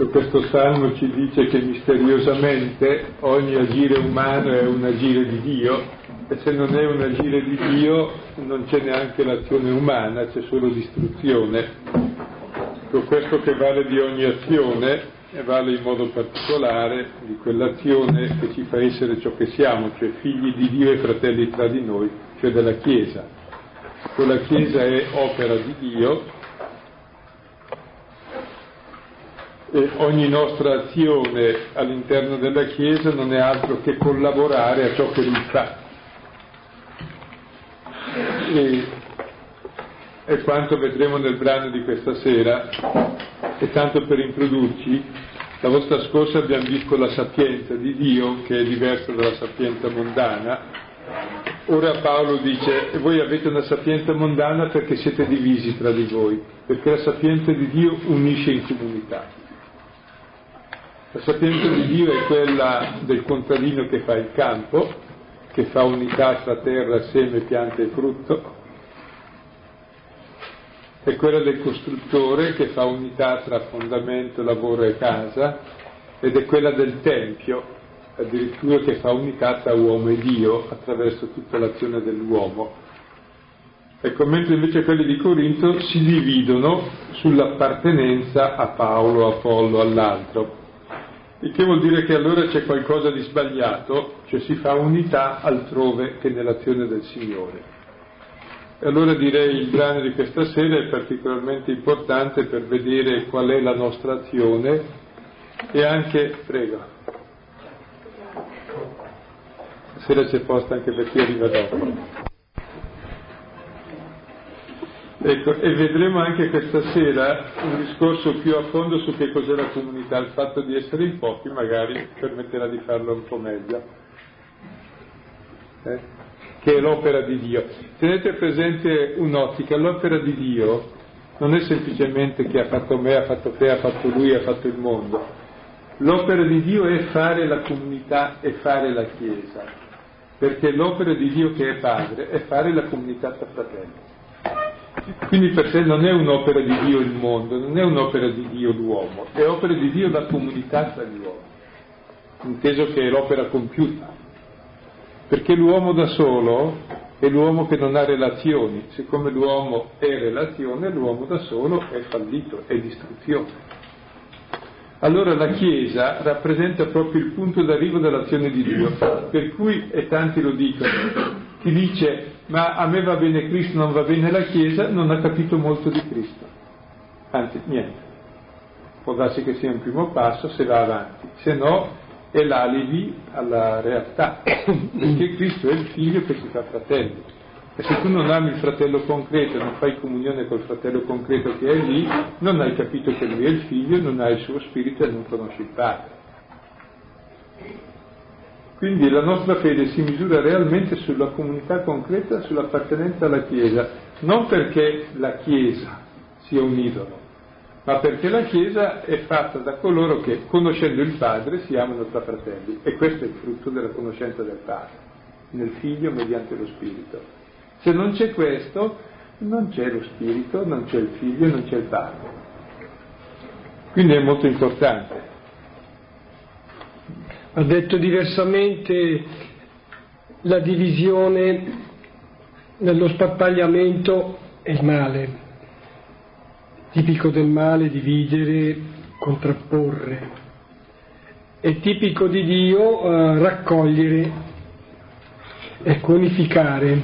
Questo salmo ci dice che misteriosamente ogni agire umano è un agire di Dio, e se non è un agire di Dio non c'è neanche l'azione umana, c'è solo distruzione. Questo che vale di ogni azione e vale in modo particolare di quell'azione che ci fa essere ciò che siamo, cioè figli di Dio e fratelli tra di noi, cioè della Chiesa. Quella Chiesa è opera di Dio e ogni nostra azione all'interno della Chiesa non è altro che collaborare a ciò che Lui fa. E quanto vedremo nel brano di questa sera, e tanto per introdurci, la volta scorsa abbiamo visto la sapienza di Dio, che è diversa dalla sapienza mondana. Ora Paolo dice: e voi avete una sapienza mondana perché siete divisi tra di voi, perché la sapienza di Dio unisce in comunità. La sapienza di Dio è quella del contadino che fa il campo, che fa unità tra terra, seme, pianta e frutto. È quella del costruttore che fa unità tra fondamento, lavoro e casa, ed è quella del Tempio, addirittura che fa unità tra uomo e Dio attraverso tutta l'azione dell'uomo. Ecco, mentre invece quelli di Corinto si dividono sull'appartenenza a Paolo, a Apollo, all'altro. Il che vuol dire che allora c'è qualcosa di sbagliato, cioè si fa unità altrove che nell'azione del Signore. E allora direi il brano di questa sera è particolarmente importante per vedere qual è la nostra azione e anche, prego, stasera c'è posto anche per chi arriva dopo. Ecco, e vedremo anche questa sera un discorso più a fondo su che cos'è la comunità. Il fatto di essere in pochi magari permetterà di farlo un po' meglio, che è l'opera di Dio. Tenete presente un'ottica: l'opera di Dio non è semplicemente che ha fatto me, ha fatto te, ha fatto lui, ha fatto il mondo. L'opera di Dio è fare la comunità e fare la Chiesa, perché l'opera di Dio che è Padre è fare la comunità tra fratelli. Quindi per sé non è un'opera di Dio il mondo, non è un'opera di Dio l'uomo, è opera di Dio la comunità tra gli uomini, inteso che è l'opera compiuta, perché l'uomo da solo è l'uomo che non ha relazioni. Siccome l'uomo è relazione, l'uomo da solo è fallito, è distruzione. Allora la Chiesa rappresenta proprio il punto d'arrivo dell'azione di Dio, per cui, e tanti lo dicono, chi dice ma a me va bene Cristo, non va bene la Chiesa, non ha capito molto di Cristo, anzi niente. Può darsi che sia un primo passo se va avanti, se no è l'alibi alla realtà, perché Cristo è il figlio che si fa fratello, e se tu non ami il fratello concreto, non fai comunione col fratello concreto che è lì, non hai capito che lui è il figlio, non hai il suo spirito e non conosci il Padre. Quindi la nostra fede si misura realmente sulla comunità concreta, sull'appartenenza alla Chiesa, non perché la Chiesa sia un idolo, ma perché la Chiesa è fatta da coloro che, conoscendo il Padre, si amano tra fratelli, e questo è il frutto della conoscenza del Padre, nel Figlio mediante lo Spirito. Se non c'è questo, non c'è lo Spirito, non c'è il Figlio, non c'è il Padre. Quindi è molto importante. Ha detto diversamente, la divisione nello sparpagliamento è il male, tipico del male dividere, contrapporre, è tipico di Dio raccogliere, unificare,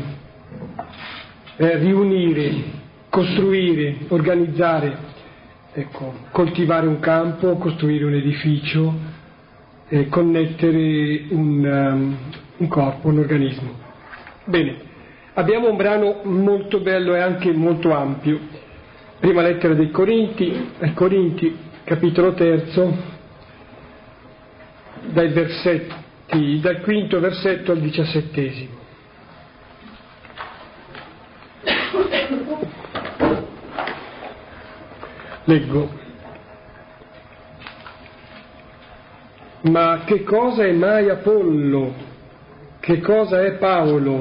riunire, costruire, organizzare, coltivare un campo, costruire un edificio, connettere un corpo, un organismo. Bene, abbiamo un brano molto bello e anche molto ampio. Prima lettera ai Corinti, capitolo 3, dal quinto versetto al 17. Leggo. Ma che cosa è mai Apollo? Che cosa è Paolo?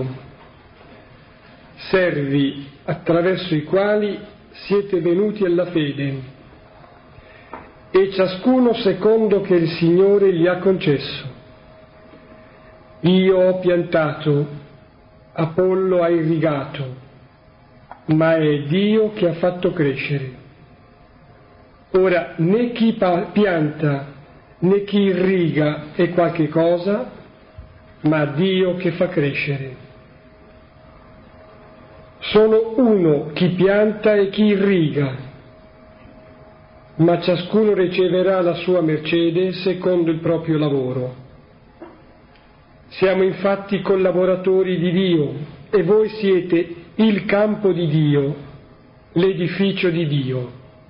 Servi attraverso i quali siete venuti alla fede. e ciascuno secondo che il Signore gli ha concesso. Io ho piantato, Apollo ha irrigato, ma è Dio che ha fatto crescere. Ora, né chi pianta né chi irriga è qualche cosa, ma Dio che fa crescere. Sono uno chi pianta e chi irriga, ma ciascuno riceverà la sua mercede secondo il proprio lavoro. Siamo infatti collaboratori di Dio e voi siete il campo di Dio, l'edificio di Dio.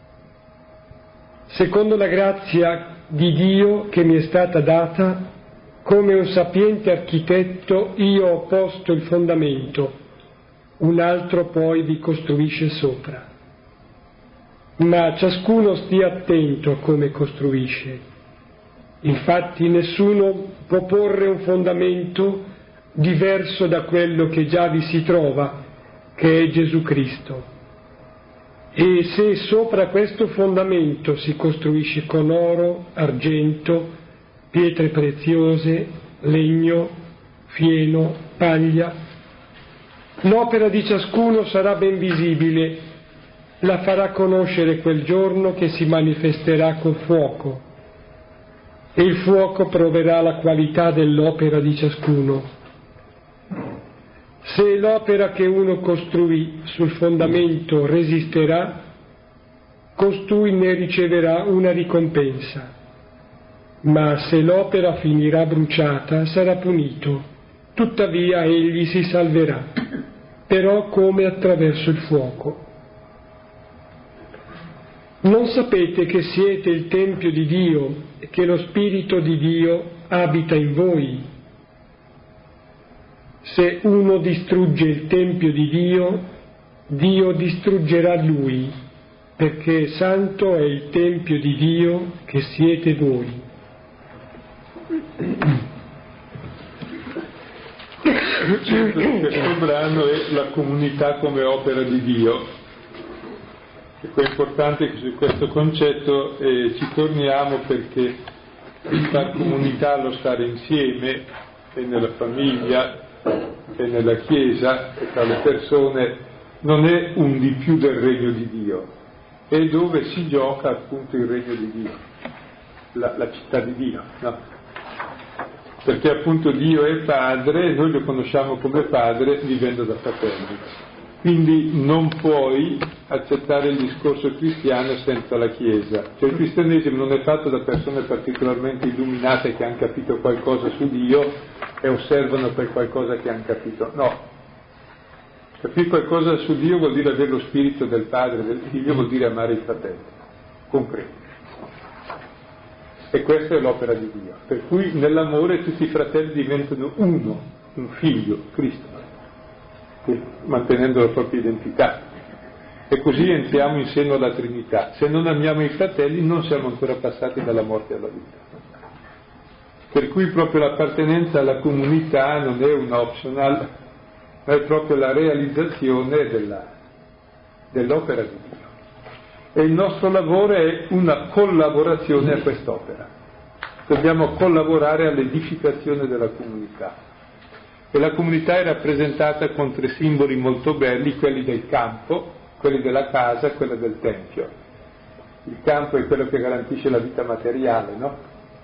Secondo la grazia di Dio che mi è stata data, come un sapiente architetto io ho posto il fondamento, un altro poi vi costruisce sopra. Ma ciascuno stia attento a come costruisce. Infatti nessuno può porre un fondamento diverso da quello che già vi si trova, che è Gesù Cristo. E se sopra questo fondamento si costruisce con oro, argento, pietre preziose, legno, fieno, paglia, l'opera di ciascuno sarà ben visibile, la farà conoscere quel giorno che si manifesterà col fuoco. E il fuoco proverà la qualità dell'opera di ciascuno. Se l'opera che uno costruì sul fondamento resisterà, costui ne riceverà una ricompensa, ma se l'opera finirà bruciata sarà punito, tuttavia egli si salverà, però come attraverso il fuoco. Non sapete che siete il Tempio di Dio e che lo Spirito di Dio abita in voi? Se uno distrugge il Tempio di Dio, Dio distruggerà lui, perché santo è il Tempio di Dio che siete voi. Questo brano è la comunità come opera di Dio. E poi è importante che su questo concetto ci torniamo, perché il far comunità, lo stare insieme, e nella famiglia, e nella Chiesa, e tra le persone, non è un di più del regno di Dio, è dove si gioca appunto il regno di Dio, la città di Dio, no? Perché appunto Dio è Padre e noi lo conosciamo come Padre vivendo da fratelli. Quindi non puoi accettare il discorso cristiano senza la Chiesa. Cioè il cristianesimo non è fatto da persone particolarmente illuminate che hanno capito qualcosa su Dio e osservano per qualcosa che hanno capito. No. Capire qualcosa su Dio vuol dire avere lo spirito del Padre e del Figlio, vuol dire amare i fratelli. Concreto. E questa è l'opera di Dio. Per cui nell'amore tutti i fratelli diventano uno, un figlio, Cristo, mantenendo la propria identità, e così entriamo in seno alla Trinità. Se non amiamo i fratelli non siamo ancora passati dalla morte alla vita, per cui proprio l'appartenenza alla comunità non è un optional, ma è proprio la realizzazione dell'opera di Dio, e il nostro lavoro è una collaborazione a quest'opera. Dobbiamo collaborare all'edificazione della comunità. E la comunità è rappresentata con 3 simboli molto belli, quelli del campo, quelli della casa e quello del tempio. Il campo è quello che garantisce la vita materiale, no?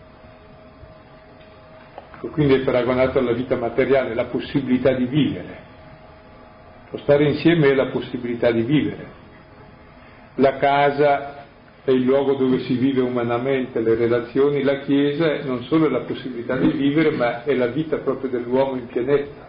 E quindi è paragonato alla vita materiale, la possibilità di vivere. Lo stare insieme è la possibilità di vivere. La casa è il luogo dove si vive umanamente, le relazioni. La Chiesa è non solo la possibilità di vivere, ma è la vita proprio dell'uomo in pienezza.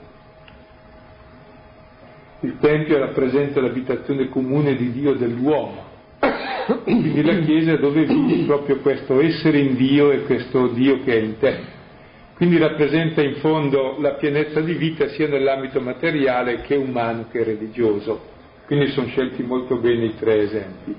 Il Tempio rappresenta l'abitazione comune di Dio dell'uomo, quindi la Chiesa è dove vivi proprio questo essere in Dio e questo Dio che è in te. Quindi rappresenta in fondo la pienezza di vita sia nell'ambito materiale che umano che religioso. Quindi sono scelti molto bene i 3 esempi.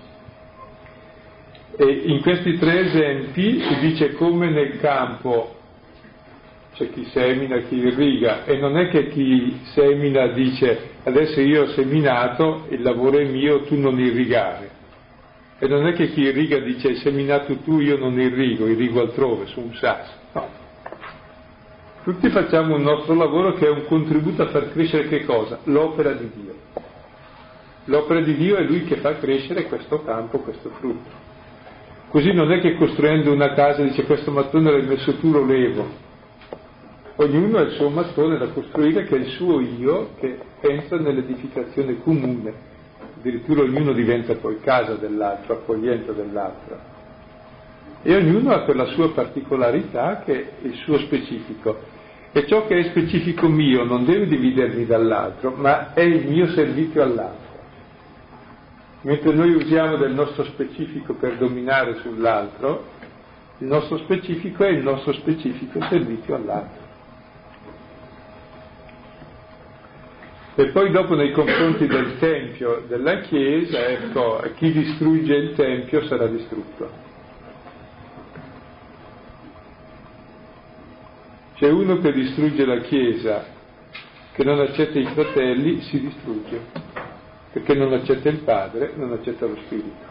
E in questi 3 esempi si dice come nel campo c'è chi semina, chi irriga, e non è che chi semina dice adesso io ho seminato, il lavoro è mio, tu non irrigare. E non è che chi irriga dice hai seminato tu, io non irrigo altrove, su un sasso. No. Tutti facciamo un nostro lavoro che è un contributo a far crescere che cosa? L'opera di Dio. L'opera di Dio è Lui che fa crescere questo campo, questo frutto. Così non è che costruendo una casa dice questo mattone l'hai messo tu, lo levo. Ognuno ha il suo mattone da costruire, che è il suo io, che entra nell'edificazione comune. Addirittura ognuno diventa poi casa dell'altro, accoglienza dell'altro. E ognuno ha quella sua particolarità che è il suo specifico. E ciò che è specifico mio non deve dividermi dall'altro, ma è il mio servizio all'altro. Mentre noi usiamo del nostro specifico per dominare sull'altro, il nostro specifico è il nostro specifico servizio all'altro. E poi dopo nei confronti del Tempio, della Chiesa, ecco, chi distrugge il Tempio sarà distrutto. C'è uno che distrugge la Chiesa, che non accetta i fratelli, si distrugge, perché non accetta il Padre, non accetta lo Spirito.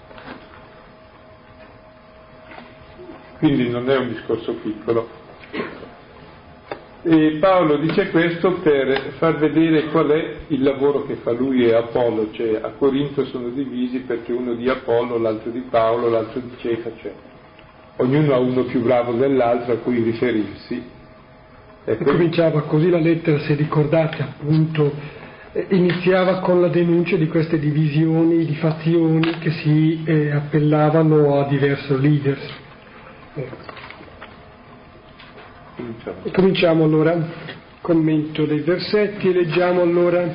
Quindi non è un discorso piccolo. E Paolo dice questo per far vedere qual è il lavoro che fa lui e Apollo, cioè a Corinto sono divisi perché uno di Apollo, l'altro di Paolo, l'altro di Cefa, cioè ognuno ha uno più bravo dell'altro a cui riferirsi. E cominciava così la lettera, se ricordate appunto, iniziava con la denuncia di queste divisioni, di fazioni che si appellavano a diversi leader. Cominciamo allora, commento dei versetti e leggiamo allora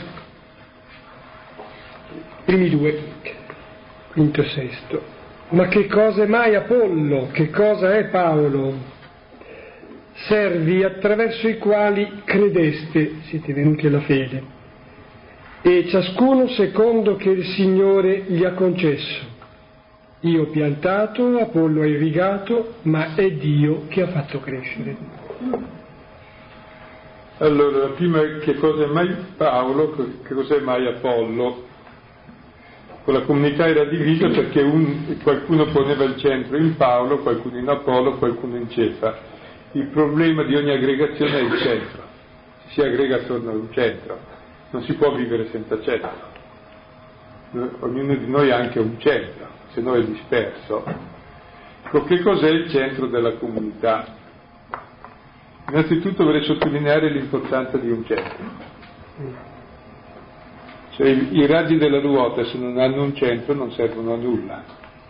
primi due, quinto e sesto. Ma che cosa è mai Apollo? Che cosa è Paolo? Servi attraverso i quali credeste, siete venuti alla fede, e ciascuno secondo che il Signore gli ha concesso. Io ho piantato, Apollo ha irrigato, ma è Dio che ha fatto crescere. Allora, prima che cosa è mai Paolo, che cosa è mai Apollo? La comunità era divisa perché qualcuno poneva il centro in Paolo, qualcuno in Apollo, qualcuno in Cefa. Il problema di ogni aggregazione è il centro. Si aggrega attorno a un centro, non si può vivere senza centro. Ognuno di noi ha anche un centro, se no è disperso. Che cos'è il centro della comunità? Innanzitutto vorrei sottolineare l'importanza di un centro. Cioè i raggi della ruota, se non hanno un centro, non servono a nulla.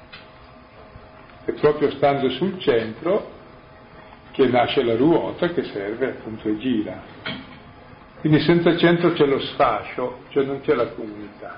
È proprio stando sul centro che nasce la ruota, che serve appunto e gira. Quindi senza centro c'è lo sfascio, cioè non c'è la comunità.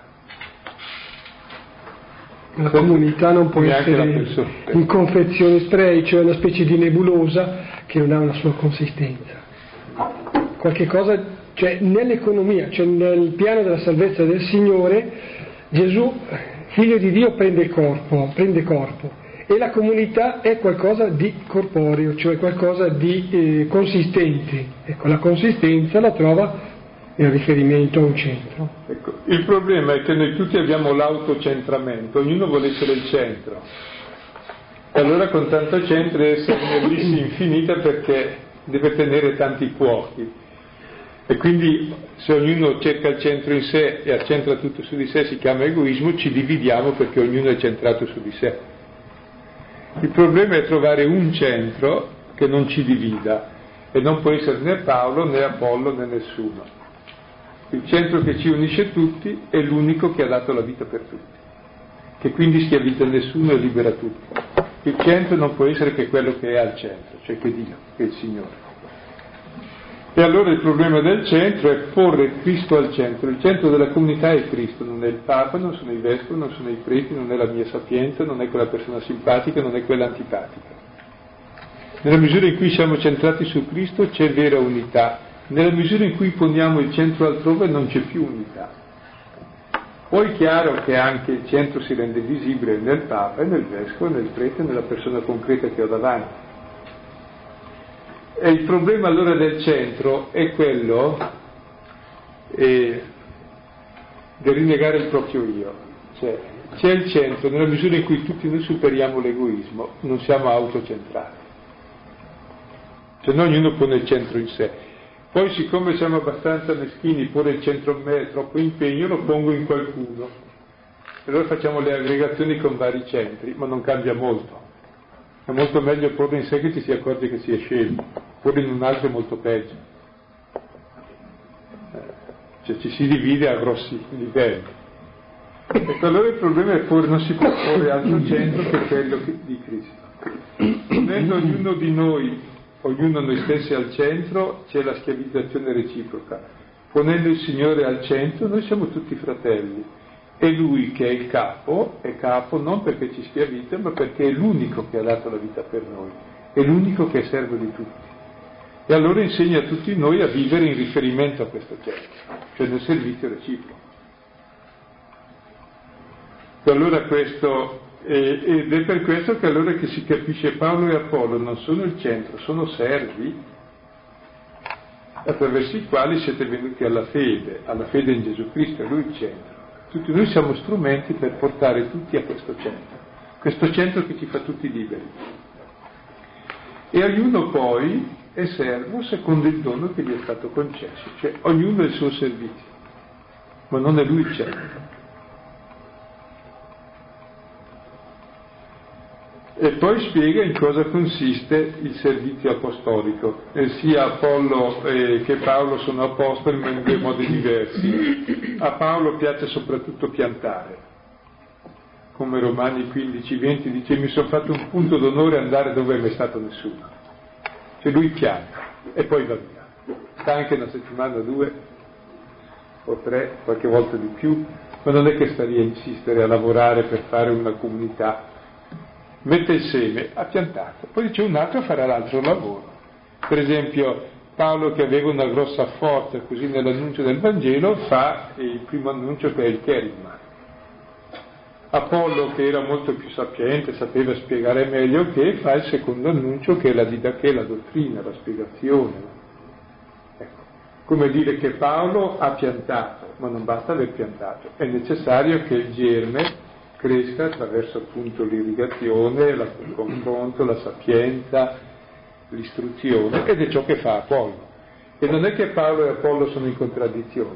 La comunità non può essere in confezione spray, cioè una specie di nebulosa che non ha una sua consistenza. Qualche cosa, cioè nell'economia, cioè nel piano della salvezza del Signore, Gesù, figlio di Dio, prende corpo, e la comunità è qualcosa di corporeo, cioè qualcosa di consistente. Ecco, la consistenza la trova nel riferimento a un centro. Ecco, il problema è che noi tutti abbiamo l'autocentramento, ognuno vuole essere il centro. E allora con tanto centro essere un'ellissi infinita perché deve tenere tanti fuochi. E quindi se ognuno cerca il centro in sé e accentra tutto su di sé, si chiama egoismo, ci dividiamo perché ognuno è centrato su di sé. Il problema è trovare un centro che non ci divida, e non può essere né Paolo né Apollo né nessuno. Il centro che ci unisce tutti è l'unico che ha dato la vita per tutti, che quindi schiavizza nessuno e libera tutti. Il centro non può essere che quello che è al centro, cioè che Dio, che è il Signore. E allora il problema del centro è porre Cristo al centro. Il centro della comunità è Cristo, non è il Papa, non sono i vescovi, non sono i preti, non è la mia sapienza, non è quella persona simpatica, non è quella antipatica. Nella misura in cui siamo centrati su Cristo c'è vera unità. Nella misura in cui poniamo il centro altrove non c'è più unità. Poi è chiaro che anche il centro si rende visibile nel Papa, nel Vescovo, nel Prete, nella persona concreta che ho davanti. E il problema allora del centro è quello del rinnegare il proprio io. Cioè, c'è il centro, nella misura in cui tutti noi superiamo l'egoismo, non siamo autocentrati. Cioè noi ognuno pone il centro in sé. Poi siccome siamo abbastanza meschini, pure il centro in me è troppo impegno, lo pongo in qualcuno. E allora facciamo le aggregazioni con vari centri, ma non cambia molto. È molto meglio porre in sé che ci si accorge che si è scemi, porre in un altro è molto peggio. Cioè ci si divide a grossi livelli. Ecco, allora il problema è non si può porre altro centro che quello di Cristo. Ponendo ognuno di noi, ognuno noi stessi al centro, c'è la schiavizzazione reciproca. Ponendo il Signore al centro, noi siamo tutti fratelli. E Lui che è il capo, è capo non perché ci schiavizza, ma perché è l'unico che ha dato la vita per noi, è l'unico che è servo di tutti. E allora insegna a tutti noi a vivere in riferimento a questo centro, cioè nel servizio reciproco. Allora questo, ed è per questo che allora che si capisce Paolo e Apollo non sono il centro, sono servi attraverso i quali siete venuti alla fede in Gesù Cristo, è Lui il centro. Tutti noi siamo strumenti per portare tutti a questo centro che ci fa tutti liberi. E ognuno poi è servo secondo il dono che gli è stato concesso, cioè ognuno ha il suo servizio, ma non è lui il centro. E poi spiega in cosa consiste il servizio apostolico. Sia Apollo che Paolo sono apostoli, ma in due modi diversi. A Paolo piace soprattutto piantare, come Romani 15:20 dice: mi sono fatto un punto d'onore andare dove non è stato nessuno. Cioè lui pianta e poi va via. Sta anche una settimana, 2 o 3, qualche volta di più, ma non è che sta lì a insistere a lavorare per fare una comunità. Mette il seme, ha piantato, poi c'è un altro che farà l'altro lavoro. Per esempio Paolo, che aveva una grossa forza così nell'annuncio del Vangelo, fa il primo annuncio che è il cherigma. Apollo, che era molto più sapiente, sapeva spiegare meglio, che fa il secondo annuncio che è la didache, la dottrina, la spiegazione. Ecco, come dire che Paolo ha piantato, ma non basta aver piantato, è necessario che il germe cresca attraverso appunto l'irrigazione, il confronto, la sapienza, l'istruzione, ed è ciò che fa Apollo. E non è che Paolo e Apollo sono in contraddizione,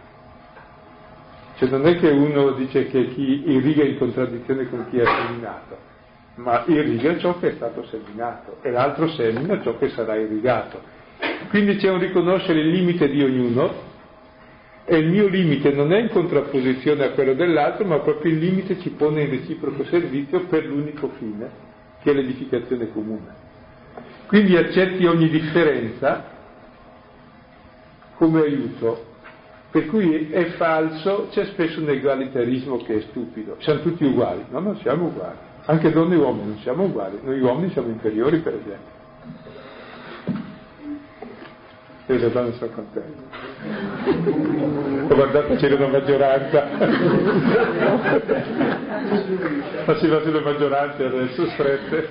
cioè non è che uno dice che chi irriga è in contraddizione con chi ha seminato, ma irriga ciò che è stato seminato e l'altro semina ciò che sarà irrigato. Quindi c'è un riconoscere il limite di ognuno, e il mio limite non è in contrapposizione a quello dell'altro, ma proprio il limite ci pone in reciproco servizio per l'unico fine, che è l'edificazione comune. Quindi accetti ogni differenza come aiuto, per cui è falso, c'è spesso un egalitarismo che è stupido, siamo tutti uguali, no, non siamo uguali, anche donne e uomini non siamo uguali, noi uomini siamo inferiori per esempio. E le donne sono contente. Ho guardato, c'era una maggioranza. Faceva sulle maggioranze adesso strette.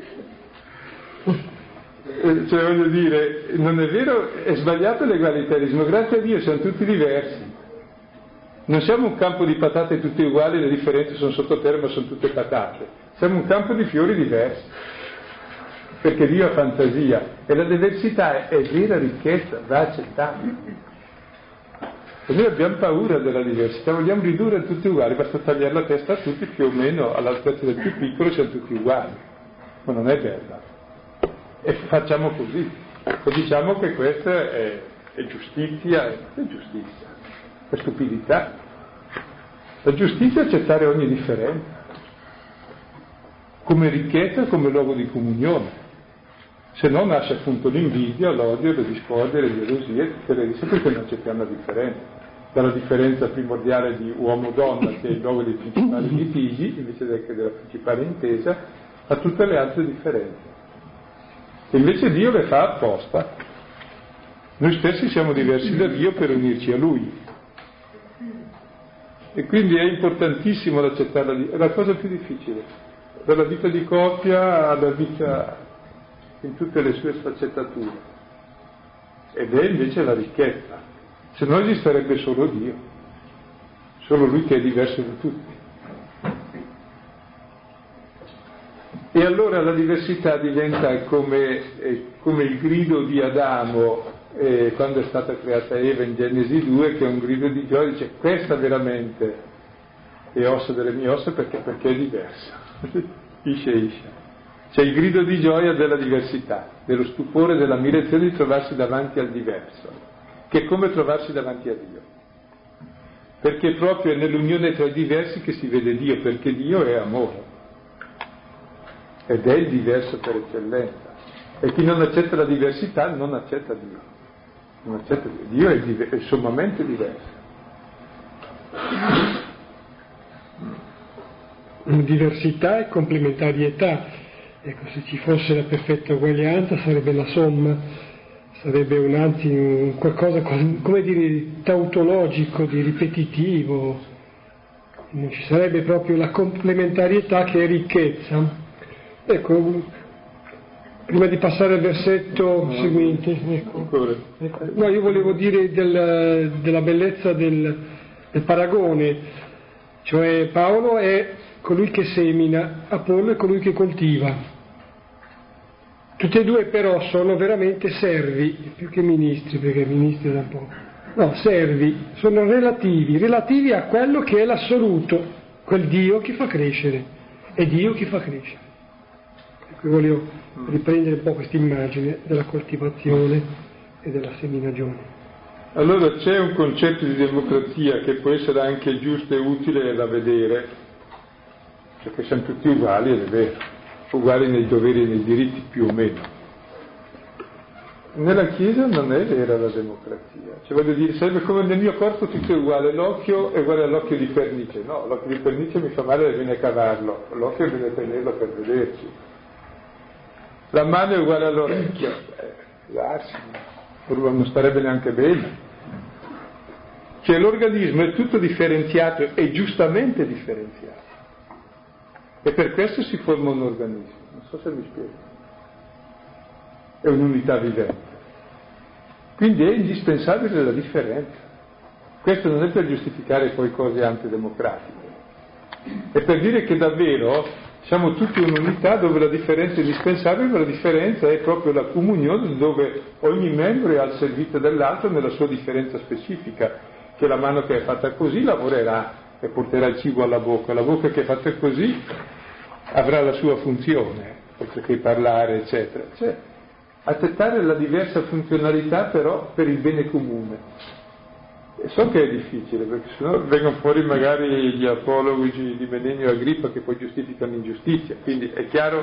Cioè voglio dire, non è vero, è sbagliato l'egalitarismo, grazie a Dio siamo tutti diversi. Non siamo un campo di patate tutti uguali, le differenze sono sottoterra ma sono tutte patate. Siamo un campo di fiori diversi, perché Dio ha fantasia e la diversità è vera ricchezza, va accettata. E noi abbiamo paura della diversità, vogliamo ridurre tutti uguali, basta tagliare la testa a tutti più o meno all'altezza del più piccolo, siamo tutti uguali, ma non è bella. E facciamo così, e diciamo che questa è giustizia, è stupidità. La giustizia è accettare ogni differenza, come ricchezza, come luogo di comunione. Se no nasce appunto l'invidia, l'odio, le discordie, le gelosie, tutte le risse, perché non accettiamo la differenza. Dalla differenza primordiale di uomo-donna, che è il luogo dei principali litigi, invece della principale intesa, a tutte le altre differenze. E invece Dio le fa apposta. Noi stessi siamo diversi da Dio per unirci a Lui. E quindi è importantissimo l'accettare è la cosa più difficile, dalla vita di coppia alla vita in tutte le sue sfaccettature. Ed è invece la ricchezza. Se no esisterebbe solo Dio, solo Lui che è diverso da tutti. E allora la diversità diventa come il grido di Adamo quando è stata creata Eva in Genesi 2, che è un grido di gioia, dice questa veramente è ossa delle mie ossa perché è diversa. Isha. C'è il grido di gioia della diversità, dello stupore, dell'ammirazione di trovarsi davanti al diverso, che è come trovarsi davanti a Dio. Perché proprio è nell'unione tra i diversi che si vede Dio, perché Dio è amore. Ed è il diverso per eccellenza. E chi non accetta la diversità non accetta Dio. Non accetta Dio. Dio è sommamente diverso. Diversità e complementarietà. Ecco, se ci fosse la perfetta uguaglianza sarebbe la somma, sarebbe un qualcosa, come dire, di tautologico, di ripetitivo. Non ci sarebbe proprio la complementarietà che è ricchezza. Ecco, prima di passare al versetto seguente, ecco. No, io volevo dire della bellezza del paragone, cioè Paolo è colui che semina, Apollo è colui che coltiva. Tutti e due però sono veramente servi, più che ministri, perché ministri da un po'. No, servi, sono relativi a quello che è l'assoluto, quel Dio che fa crescere, è Dio che fa crescere. Ecco, volevo riprendere un po' questa immagine della coltivazione e della seminagione. Allora c'è un concetto di democrazia che può essere anche giusto e utile da vedere, perché siamo tutti uguali, ed è vero, uguali nei doveri e nei diritti più o meno. Nella Chiesa non è vera la democrazia, cioè voglio dire, sarebbe come nel mio corpo tutto è uguale, l'occhio è uguale all'occhio di pernice, no, l'occhio di pernice mi fa male e viene a cavarlo, l'occhio deve tenerlo per vederci. La mano è uguale all'orecchio, non starebbe neanche bene. Cioè l'organismo è tutto differenziato e giustamente differenziato. E per questo si forma un organismo, non so se mi spiego. È un'unità vivente. Quindi è indispensabile la differenza. Questo non è per giustificare poi cose antidemocratiche. È per dire che davvero siamo tutti un'unità dove la differenza è indispensabile, ma la differenza è proprio la comunione dove ogni membro è al servizio dell'altro nella sua differenza specifica, che la mano che è fatta così lavorerà e porterà il cibo alla bocca che è fatta così avrà la sua funzione, oltre che parlare, eccetera. Cioè, accettare la diversa funzionalità però per il bene comune. E so che è difficile, perché sennò vengono fuori magari gli apologi di Menemio e Agrippa che poi giustificano l'ingiustizia, quindi è chiaro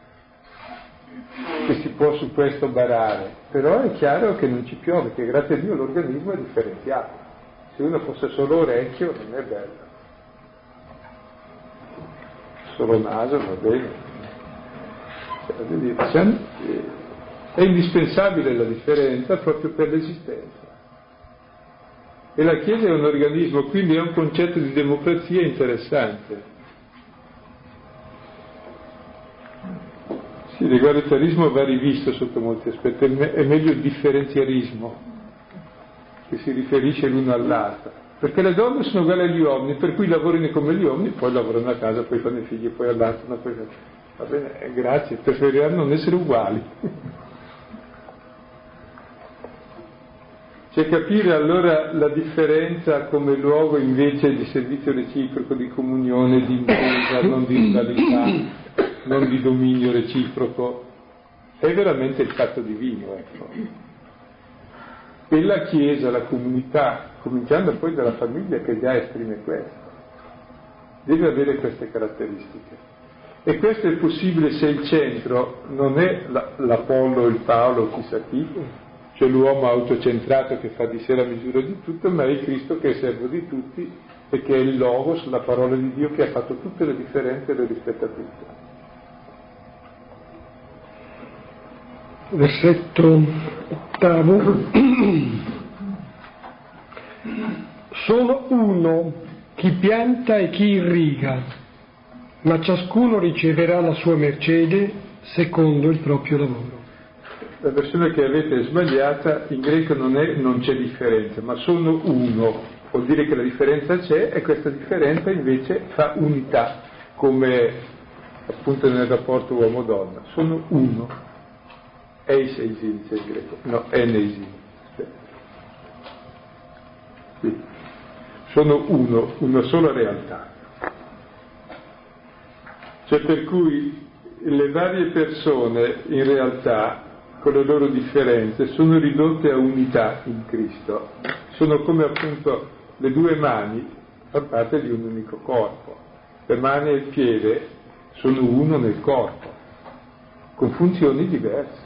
che si può su questo barare, però è chiaro che non ci piove, che grazie a Dio l'organismo è differenziato. Se uno fosse solo orecchio non è bello, solo naso va bene. È indispensabile la differenza proprio per l'esistenza. E la Chiesa è un organismo, quindi è un concetto di democrazia interessante. Sì, l'egalitarismo va rivisto sotto molti aspetti, è meglio il differenzialismo, che si riferisce l'uno all'altro. Perché le donne sono uguali agli uomini, per cui lavorino come gli uomini, poi lavorano a casa, poi fanno i figli, poi allattano, poi... Va bene, grazie, preferiranno non essere uguali. C'è capire allora la differenza come luogo invece di servizio reciproco, di comunione, di intesa, non di rivalità, non di dominio reciproco, è veramente il fatto divino, ecco. E la Chiesa, la comunità, cominciando poi dalla famiglia che già esprime questo, deve avere queste caratteristiche. E questo è possibile se il centro non è l'Apollo, il Paolo, chissà chi, cioè l'uomo autocentrato che fa di sé la misura di tutto, ma è il Cristo che è servo di tutti e che è il Logos, la parola di Dio che ha fatto tutte le differenze e le rispetta tutte. Versetto 8. Sono uno chi pianta e chi irriga, ma ciascuno riceverà la sua mercede secondo il proprio lavoro. La versione che avete è sbagliata, in greco non c'è differenza, ma sono uno, vuol dire che la differenza c'è e questa differenza invece fa unità, come appunto nel rapporto uomo-donna, sono uno. Eis eisin, c'è il greco, no, eneisin. Sì. Sono uno, una sola realtà. Cioè per cui le varie persone in realtà, con le loro differenze, sono ridotte a unità in Cristo. Sono come appunto le due mani, fanno parte di un unico corpo. Le mani e il piede sono uno nel corpo, con funzioni diverse.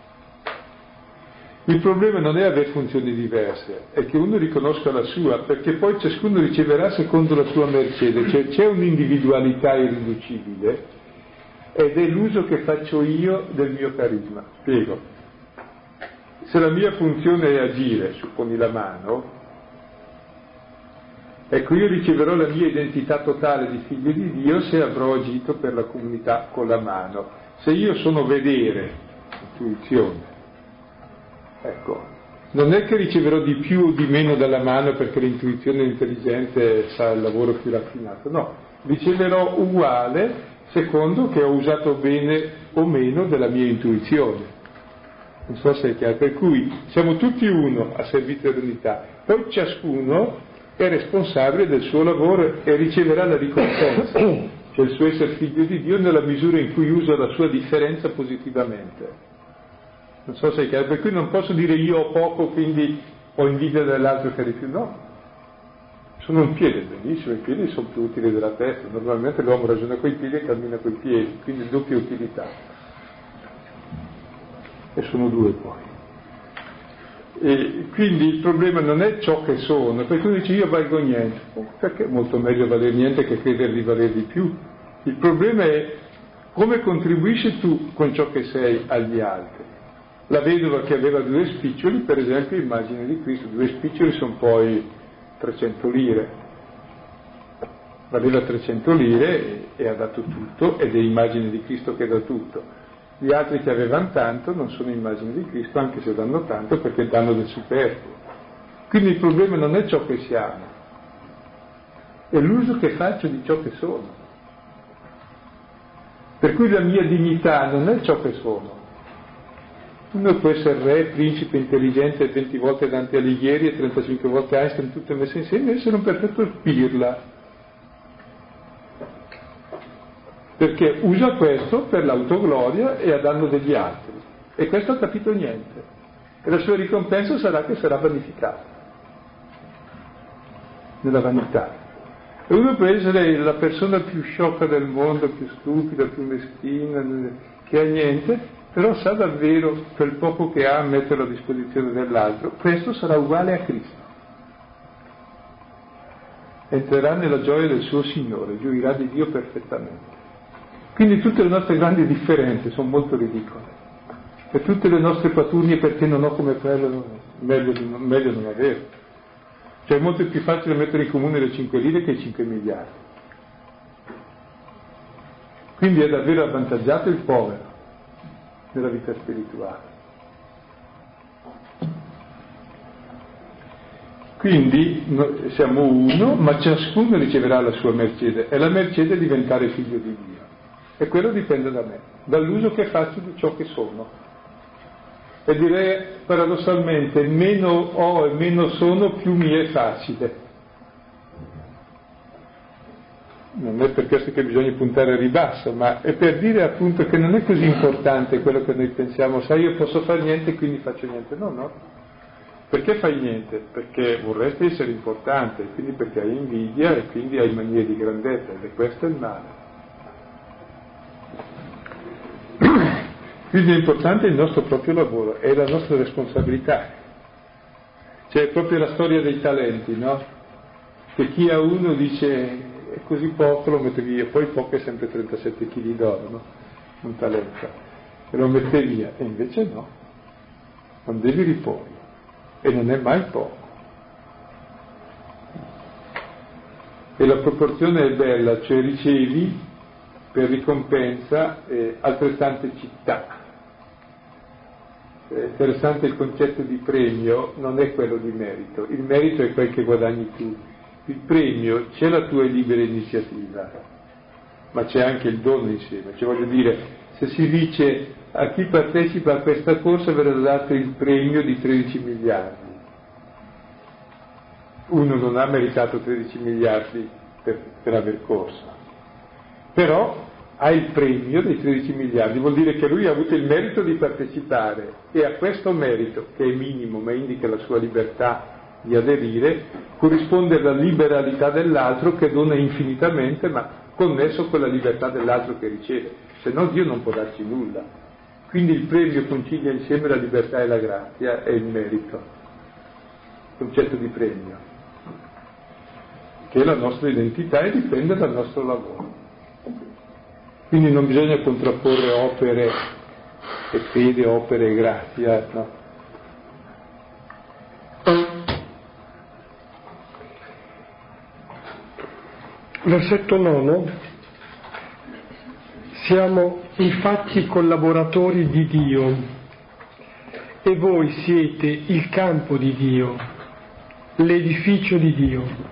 Il problema non è avere funzioni diverse, è che uno riconosca la sua, perché poi ciascuno riceverà secondo la sua mercede, cioè c'è un'individualità irriducibile ed è l'uso che faccio io del mio carisma. Spiego. Se la mia funzione è agire, supponi la mano, ecco, io riceverò la mia identità totale di figlio di Dio se avrò agito per la comunità con la mano. Se io sono vedere, intuizione, ecco, non è che riceverò di più o di meno dalla mano perché l'intuizione intelligente sa il lavoro più raffinato, no, riceverò uguale secondo che ho usato bene o meno della mia intuizione. Non so se è chiaro, per cui siamo tutti uno a servizio dell'unità, poi ciascuno è responsabile del suo lavoro e riceverà la ricompensa, cioè il suo essere figlio di Dio nella misura in cui usa la sua differenza positivamente. Non so se è chiaro, per cui non posso dire io ho poco, quindi ho invidia dell'altro che ha di più, no. Sono un piede, benissimo, i piedi sono più utili della testa, normalmente l'uomo ragiona coi piedi e cammina coi piedi, quindi doppia utilità. E sono due poi. E quindi il problema non è ciò che sono, perché uno dice io valgo niente, perché è molto meglio valere niente che credere di valere di più. Il problema è come contribuisci tu con ciò che sei agli altri. La vedova che aveva 2 spiccioli, per esempio, immagine di Cristo, 2 spiccioli sono poi 300 lire. Valeva 300 lire e ha dato tutto, ed è immagine di Cristo che dà tutto. Gli altri che avevano tanto non sono immagini di Cristo, anche se danno tanto, perché danno del superfluo. Quindi il problema non è ciò che siamo, è l'uso che faccio di ciò che sono. Per cui la mia dignità non è ciò che sono. Uno può essere re, principe, intelligente 20 volte Dante Alighieri e 35 volte Einstein, tutte messe insieme, e essere un perfetto pirla. Perché usa questo per l'autogloria e a danno degli altri. E questo ha capito niente. E la sua ricompensa sarà che sarà vanificato. Nella vanità. E uno può essere la persona più sciocca del mondo, più stupida, più meschina, che ha niente, però sa davvero quel poco che ha a metterlo a disposizione dell'altro. Questo sarà uguale a Cristo. Entrerà nella gioia del suo Signore, gioirà di Dio perfettamente. Quindi tutte le nostre grandi differenze sono molto ridicole. E tutte le nostre paturnie perché non ho come quello, meglio non avere. Cioè è molto più facile mettere in comune le 5 lire che i 5 miliardi. Quindi è davvero avvantaggiato il povero nella vita spirituale. Quindi siamo uno, ma ciascuno riceverà la sua mercede, e la mercede è diventare figlio di Dio. E quello dipende da me, dall'uso che faccio di ciò che sono. E direi paradossalmente, meno ho e meno sono, più mi è facile. Non è per questo che bisogna puntare a ribasso, ma è per dire appunto che non è così importante quello che noi pensiamo, sai io posso fare niente quindi faccio niente, no. Perché fai niente? Perché vorresti essere importante, quindi perché hai invidia e quindi hai manie di grandezza, ed è questo il male. Quindi è importante il nostro proprio lavoro, è la nostra responsabilità. C'è proprio la storia dei talenti, no? Che chi ha uno dice è così poco, lo mette via, poi poco è sempre 37 kg d'oro, no? Un talento. E lo mette via, e invece no, non devi riporlo, e non è mai poco. E la proporzione è bella, cioè ricevi per ricompensa altrettante città. È interessante il concetto di premio, non è quello di merito, il merito è quel che guadagni tu, il premio c'è la tua libera iniziativa, ma c'è anche il dono insieme. Cioè, voglio dire, se si dice a chi partecipa a questa corsa verrà dato il premio di 13 miliardi, uno non ha meritato 13 miliardi per aver corso, però ha il premio dei 13 miliardi, vuol dire che lui ha avuto il merito di partecipare, e a questo merito, che è minimo ma indica la sua libertà di aderire, corrisponde la liberalità dell'altro che dona infinitamente, ma connesso con la libertà dell'altro che riceve, se no Dio non può darci nulla. Quindi il premio concilia insieme la libertà e la grazia e il merito, il concetto di premio, che è la nostra identità e dipende dal nostro lavoro. Quindi non bisogna contrapporre opere e fede, opere e grazia, no? Versetto 9. Siamo infatti collaboratori di Dio e voi siete il campo di Dio, l'edificio di Dio.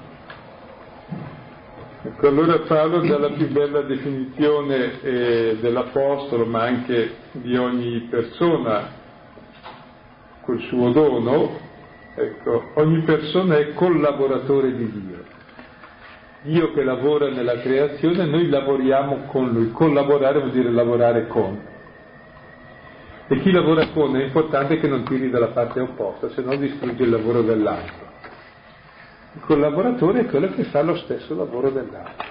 Ecco, allora Paolo dà la più bella definizione dell'Apostolo, ma anche di ogni persona col suo dono. Ecco, ogni persona è collaboratore di Dio. Dio che lavora nella creazione, noi lavoriamo con Lui. Collaborare vuol dire lavorare con. E chi lavora con è importante che non tiri dalla parte opposta, se no distrugge il lavoro dell'altro. Il collaboratore è quello che fa lo stesso lavoro dell'altro.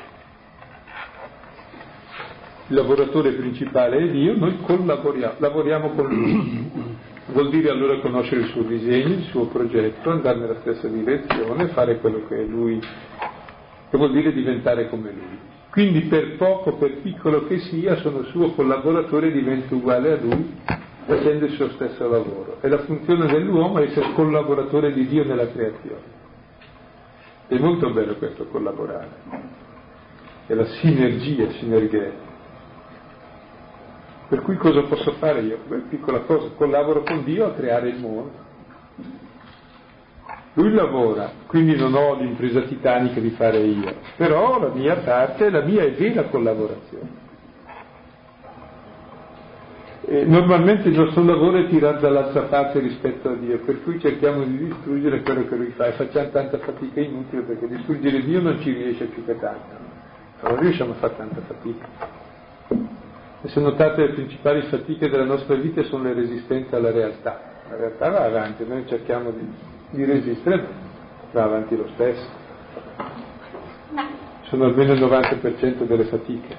Il lavoratore principale è Dio, noi collaboriamo, lavoriamo con Lui. Vuol dire allora conoscere il suo disegno, il suo progetto, andare nella stessa direzione, fare quello che è Lui, che vuol dire diventare come Lui. Quindi per poco, per piccolo che sia, sono suo collaboratore e divento uguale a Lui, facendo il suo stesso lavoro. E la funzione dell'uomo è essere collaboratore di Dio nella creazione. È molto bello questo collaborare, è la sinergia. Per cui cosa posso fare io? Beh, piccola cosa, collaboro con Dio a creare il mondo. Lui lavora, quindi non ho l'impresa titanica di fare io, però la mia parte, la mia è vera collaborazione. E normalmente il nostro lavoro è tirare dall'altra parte rispetto a Dio, per cui cerchiamo di distruggere quello che Lui fa e facciamo tanta fatica inutile, perché distruggere Dio non ci riesce più che tanto, non riusciamo a fare tanta fatica. E se notate, le principali fatiche della nostra vita sono le resistenze alla realtà. La realtà va avanti, noi cerchiamo di resistere, va avanti lo stesso. Sono almeno il 90% delle fatiche,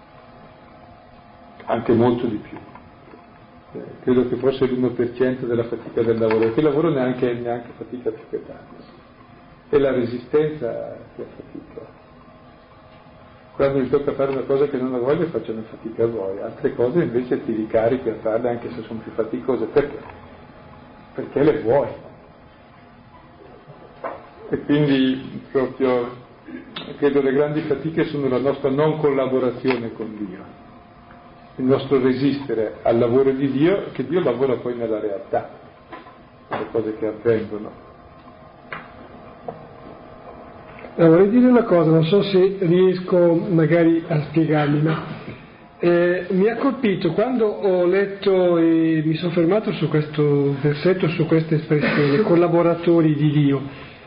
anche molto di più. Credo che fosse l'1% della fatica del lavoro, perché il lavoro neanche fatica più che tanto. È la resistenza che fatica. Quando mi tocca fare una cosa che non la voglio faccio una fatica a voi, altre cose invece ti ricarichi a farle anche se sono più faticose. Perché? Perché le vuoi. E quindi proprio credo le grandi fatiche sono la nostra non collaborazione con Dio, il nostro resistere al lavoro di Dio, che Dio lavora poi nella realtà, le cose che avvengono. Vorrei dire una cosa, non so se riesco magari a spiegarmi, ma mi ha colpito quando ho letto e mi sono fermato su questo versetto, su questa espressione, collaboratori di Dio.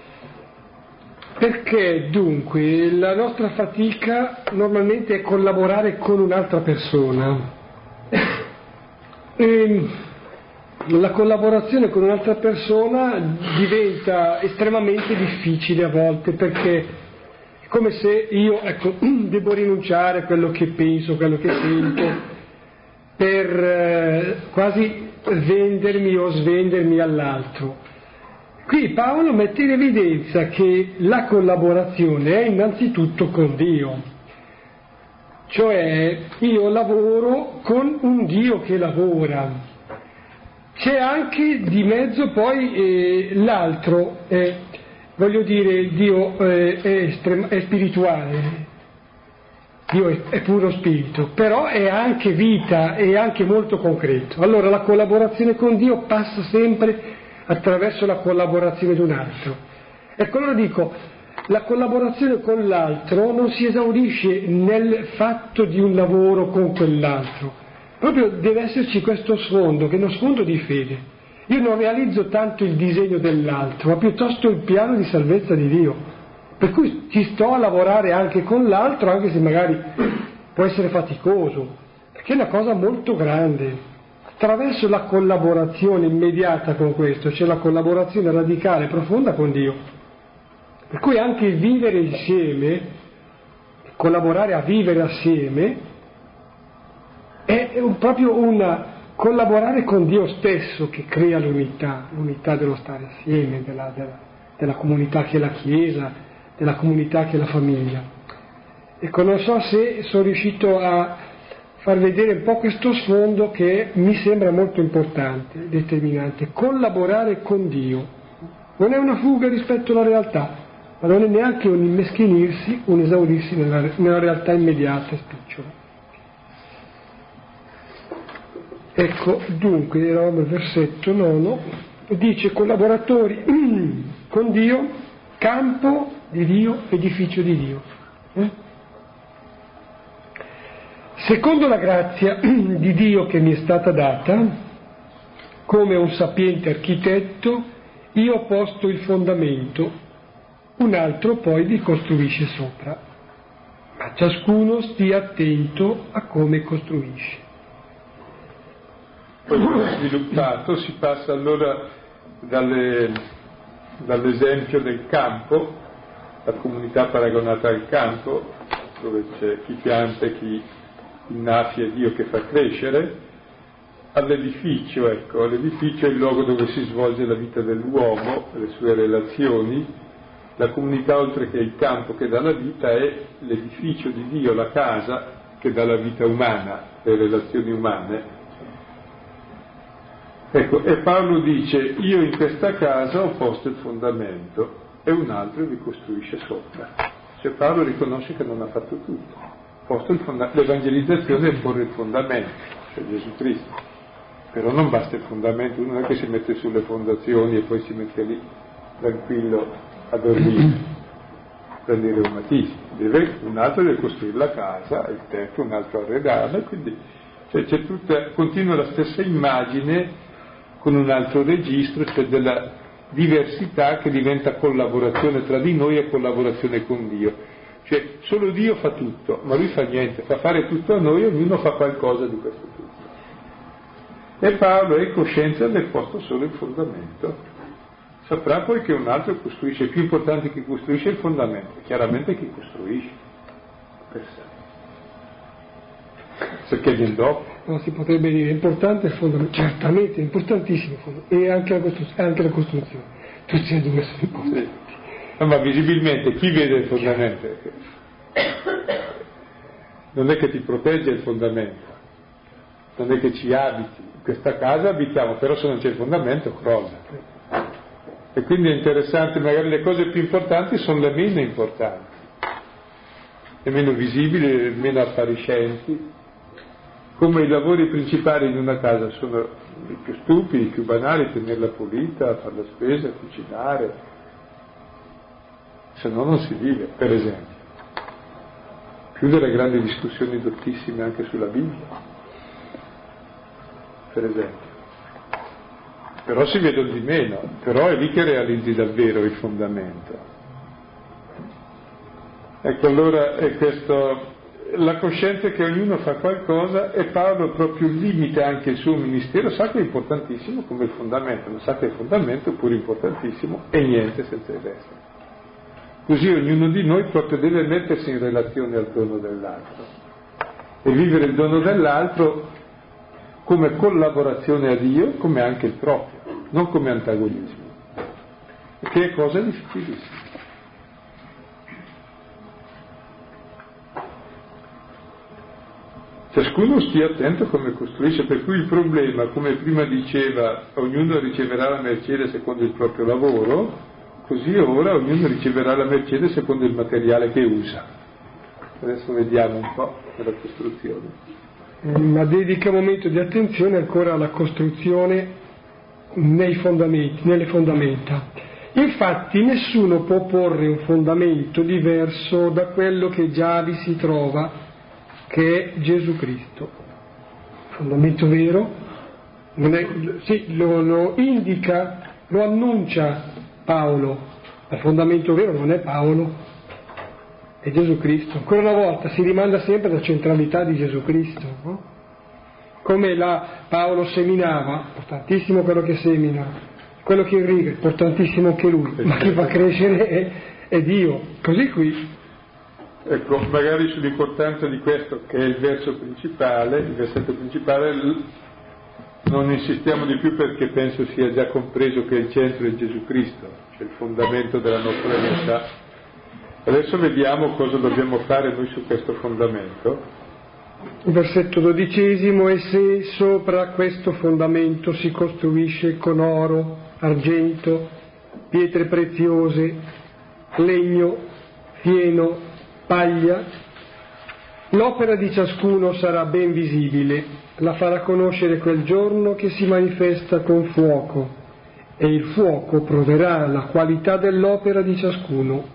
Perché dunque la nostra fatica normalmente è collaborare con un'altra persona. La collaborazione con un'altra persona diventa estremamente difficile a volte, perché è come se io devo rinunciare a quello che penso, quello che sento, per quasi vendermi o svendermi all'altro. Qui Paolo mette in evidenza che la collaborazione è innanzitutto con Dio, cioè io lavoro con un Dio che lavora. C'è anche di mezzo poi l'altro, voglio dire, Dio è spirituale, Dio è puro spirito, però è anche vita, è anche molto concreto. Allora la collaborazione con Dio passa sempre attraverso la collaborazione di un altro. Ecco, allora dico, la collaborazione con l'altro non si esaurisce nel fatto di un lavoro con quell'altro, proprio deve esserci questo sfondo, che è uno sfondo di fede. Io non realizzo tanto il disegno dell'altro, ma piuttosto il piano di salvezza di Dio, per cui ci sto a lavorare anche con l'altro, anche se magari può essere faticoso, perché è una cosa molto grande. Attraverso la collaborazione immediata con questo c'è la collaborazione radicale, profonda con Dio. Per cui anche il vivere insieme, collaborare a vivere assieme, è proprio un collaborare con Dio stesso che crea l'unità dello stare assieme, della comunità che è la Chiesa, della comunità che è la famiglia. Ecco, non so se sono riuscito a far vedere un po' questo sfondo che mi sembra molto importante, determinante. Collaborare con Dio non è una fuga rispetto alla realtà, ma non è neanche un immeschinirsi, un esaurirsi nella realtà immediata e spicciola. Ecco, dunque, eravamo al versetto 9, dice collaboratori con Dio, campo di Dio, edificio di Dio. Secondo la grazia di Dio che mi è stata data, come un sapiente architetto, io ho posto il fondamento, un altro poi vi costruisce sopra, ma ciascuno stia attento a come costruisce. Poi sviluppato si passa allora dall'esempio del campo, la comunità paragonata al campo, dove c'è chi pianta e chi innaffia e Dio che fa crescere, all'edificio. Ecco, l'edificio è il luogo dove si svolge la vita dell'uomo, le sue relazioni. La comunità, oltre che il campo che dà la vita, è l'edificio di Dio, la casa che dà la vita umana, le relazioni umane. Ecco, e Paolo dice: io in questa casa ho posto il fondamento e un altro vi costruisce sopra. Cioè Paolo riconosce che non ha fatto tutto. Posto l'evangelizzazione è porre il fondamento, cioè Gesù Cristo. Però non basta il fondamento, uno non è che si mette sulle fondazioni e poi si mette lì tranquillo a dormire, prende i reumatismi. Un altro deve costruire la casa, il terzo un altro arredarla, quindi cioè, continua la stessa immagine con un altro registro, cioè della diversità che diventa collaborazione tra di noi e collaborazione con Dio. Cioè solo Dio fa tutto, ma Lui fa niente, fa fare tutto a noi, ognuno fa qualcosa di questo tutto. E Paolo è in coscienza del posto solo il fondamento. Saprà poi che un altro costruisce, più importante che costruisce il fondamento, chiaramente chi costruisce per sé. Perché viene dopo. No, si potrebbe dire importante il fondamento, certamente, importantissimo il fondamento, e anche la costruzione. Tutti e due sono importanti. Sì. No, ma visibilmente chi vede il fondamento? Non è che ti protegge il fondamento, non è che ci abiti. In questa casa abitiamo, però se non c'è il fondamento crolla. E quindi è interessante, magari le cose più importanti sono le meno importanti, le meno visibili, le meno appariscenti, come i lavori principali in una casa sono i più stupidi, i più banali, tenerla pulita, fare la spesa, cucinare, se no non si vive, per esempio. Chiudere grandi discussioni dottissime anche sulla Bibbia, per esempio. Però si vedono di meno, però è lì che realizzi davvero il fondamento. Ecco, allora è questo, la coscienza che ognuno fa qualcosa, e Paolo proprio limita anche il suo ministero, sa che è importantissimo come il fondamento, ma sa che il fondamento è pure importantissimo e niente senza il resto. Così ognuno di noi proprio deve mettersi in relazione al dono dell'altro e vivere il dono dell'altro come collaborazione a Dio, come anche il proprio, non come antagonismo, che è cosa difficilissima. Ciascuno stia attento come costruisce, per cui il problema, come prima diceva, ognuno riceverà la mercede secondo il proprio lavoro, così ora ognuno riceverà la mercede secondo il materiale che usa. Adesso vediamo un po' della costruzione. Ma dedica un momento di attenzione ancora alla costruzione nei fondamenti, nelle fondamenta. Infatti nessuno può porre un fondamento diverso da quello che già vi si trova, che è Gesù Cristo. Fondamento vero, non è, sì, lo indica, lo annuncia Paolo, ma il fondamento vero non è Paolo, è Gesù Cristo. Ancora una volta si rimanda sempre alla centralità di Gesù Cristo, no? Come Paolo seminava, importantissimo quello che semina, quello che irriga, importantissimo anche lui, ma chi fa crescere è Dio. Così qui. Ecco, magari sull'importanza di questo, che è il verso principale, il versetto principale, non insistiamo di più perché penso sia già compreso che il centro è Gesù Cristo, cioè il fondamento della nostra vita. Adesso vediamo cosa dobbiamo fare noi su questo fondamento. Il versetto 12: e se sopra questo fondamento si costruisce con oro, argento, pietre preziose, legno, fieno, paglia, l'opera di ciascuno sarà ben visibile, la farà conoscere quel giorno che si manifesta con fuoco, e il fuoco proverà la qualità dell'opera di ciascuno.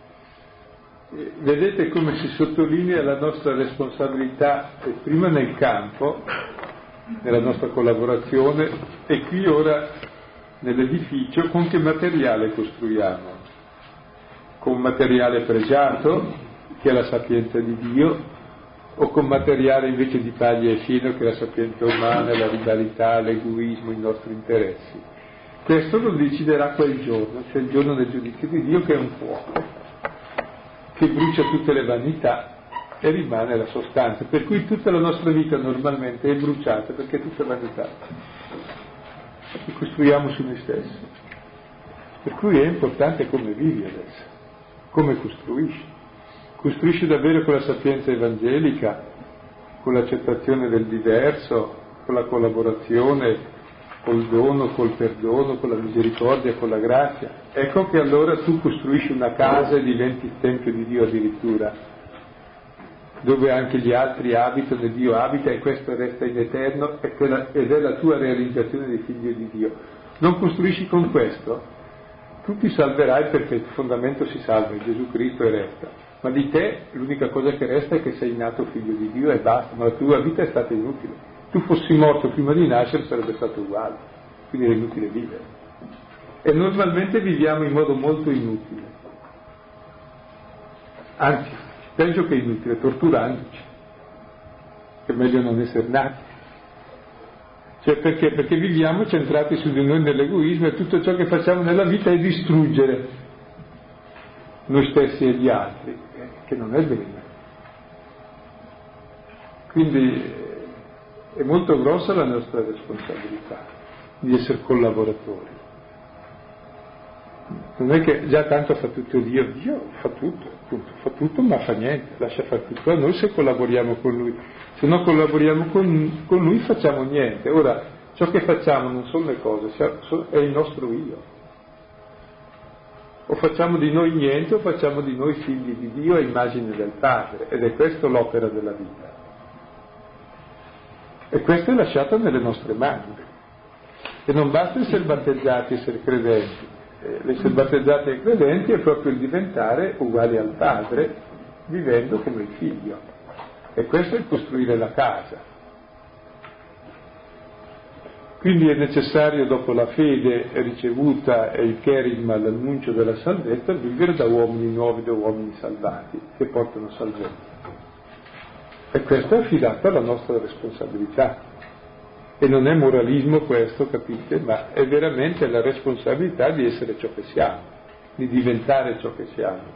Vedete come si sottolinea la nostra responsabilità prima nel campo, nella nostra collaborazione, e qui ora nell'edificio. Con che materiale costruiamo? Con materiale pregiato, che è la sapienza di Dio, o con materiale invece di paglia e fieno, che è la sapienza umana, la rivalità, l'egoismo, i nostri interessi? Questo lo deciderà quel giorno, cioè il giorno del giudizio di Dio, che è un fuoco che brucia tutte le vanità e rimane la sostanza, per cui tutta la nostra vita normalmente è bruciata perché è tutta vanità, e costruiamo su noi stessi. Per cui è importante come vivi adesso, come costruisci davvero con la sapienza evangelica, con l'accettazione del diverso, con la collaborazione, col dono, col perdono, con la misericordia, con la grazia. Ecco che allora tu costruisci una casa e diventi il Tempio di Dio addirittura, dove anche gli altri abitano e Dio abita, e questo resta in eterno, ed è la tua realizzazione di figlio di Dio. Non costruisci con questo, tu ti salverai perché il fondamento si salva, è Gesù Cristo, e resta. Ma di te l'unica cosa che resta è che sei nato figlio di Dio e basta, ma la tua vita è stata inutile. Tu fossi morto prima di nascere sarebbe stato uguale, quindi è inutile vivere. E normalmente viviamo in modo molto inutile, anzi, peggio che inutile, torturandoci, è meglio non essere nati. Cioè perché? Perché viviamo centrati su di noi nell'egoismo, e tutto ciò che facciamo nella vita è distruggere noi stessi e gli altri, che non è bene. Quindi è molto grossa la nostra responsabilità di essere collaboratori. Non è che già tanto fa tutto Dio fa tutto, appunto, fa tutto, ma fa niente, lascia fare tutto a noi se collaboriamo con Lui. Se non collaboriamo con Lui facciamo niente. Ora, ciò che facciamo non sono le cose, è il nostro io. O facciamo di noi niente, o facciamo di noi figli di Dio a immagine del Padre, ed è questa l'opera della vita. E questo è lasciato nelle nostre mani. E non basta essere battezzati, essere credenti. L'essere battezzati e credenti è proprio il diventare uguali al Padre, vivendo come il Figlio. E questo è il costruire la casa. Quindi è necessario, dopo la fede ricevuta e il charisma, l'annuncio della salvezza, vivere da uomini nuovi, da uomini salvati, che portano salvezza. E questo è affidato alla nostra responsabilità. E non è moralismo questo, capite? Ma è veramente la responsabilità di essere ciò che siamo, di diventare ciò che siamo.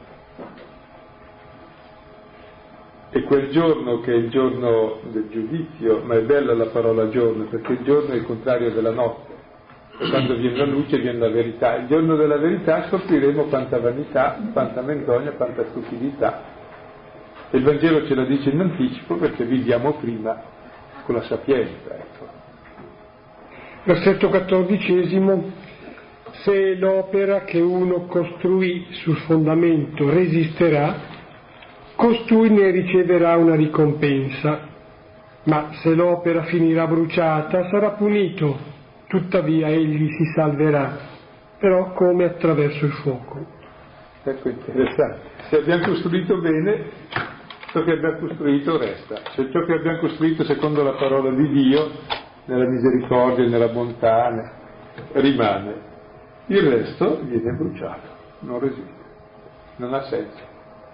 E quel giorno, che è il giorno del giudizio, ma è bella la parola giorno, perché il giorno è il contrario della notte. Quando viene la luce viene la verità. Il giorno della verità scopriremo quanta vanità, quanta menzogna, quanta stupidità. E il Vangelo ce la dice in anticipo perché viviamo prima con la sapienza, ecco. Versetto 14: se l'opera che uno costruì sul fondamento resisterà, costui ne riceverà una ricompensa, ma se l'opera finirà bruciata sarà punito, tuttavia egli si salverà, però come attraverso il fuoco. Ecco, interessante. Se abbiamo costruito bene, ciò che abbiamo costruito resta. Se ciò che abbiamo costruito secondo la parola di Dio, nella misericordia, nella bontà, rimane. Il resto viene bruciato, non resiste, non ha senso.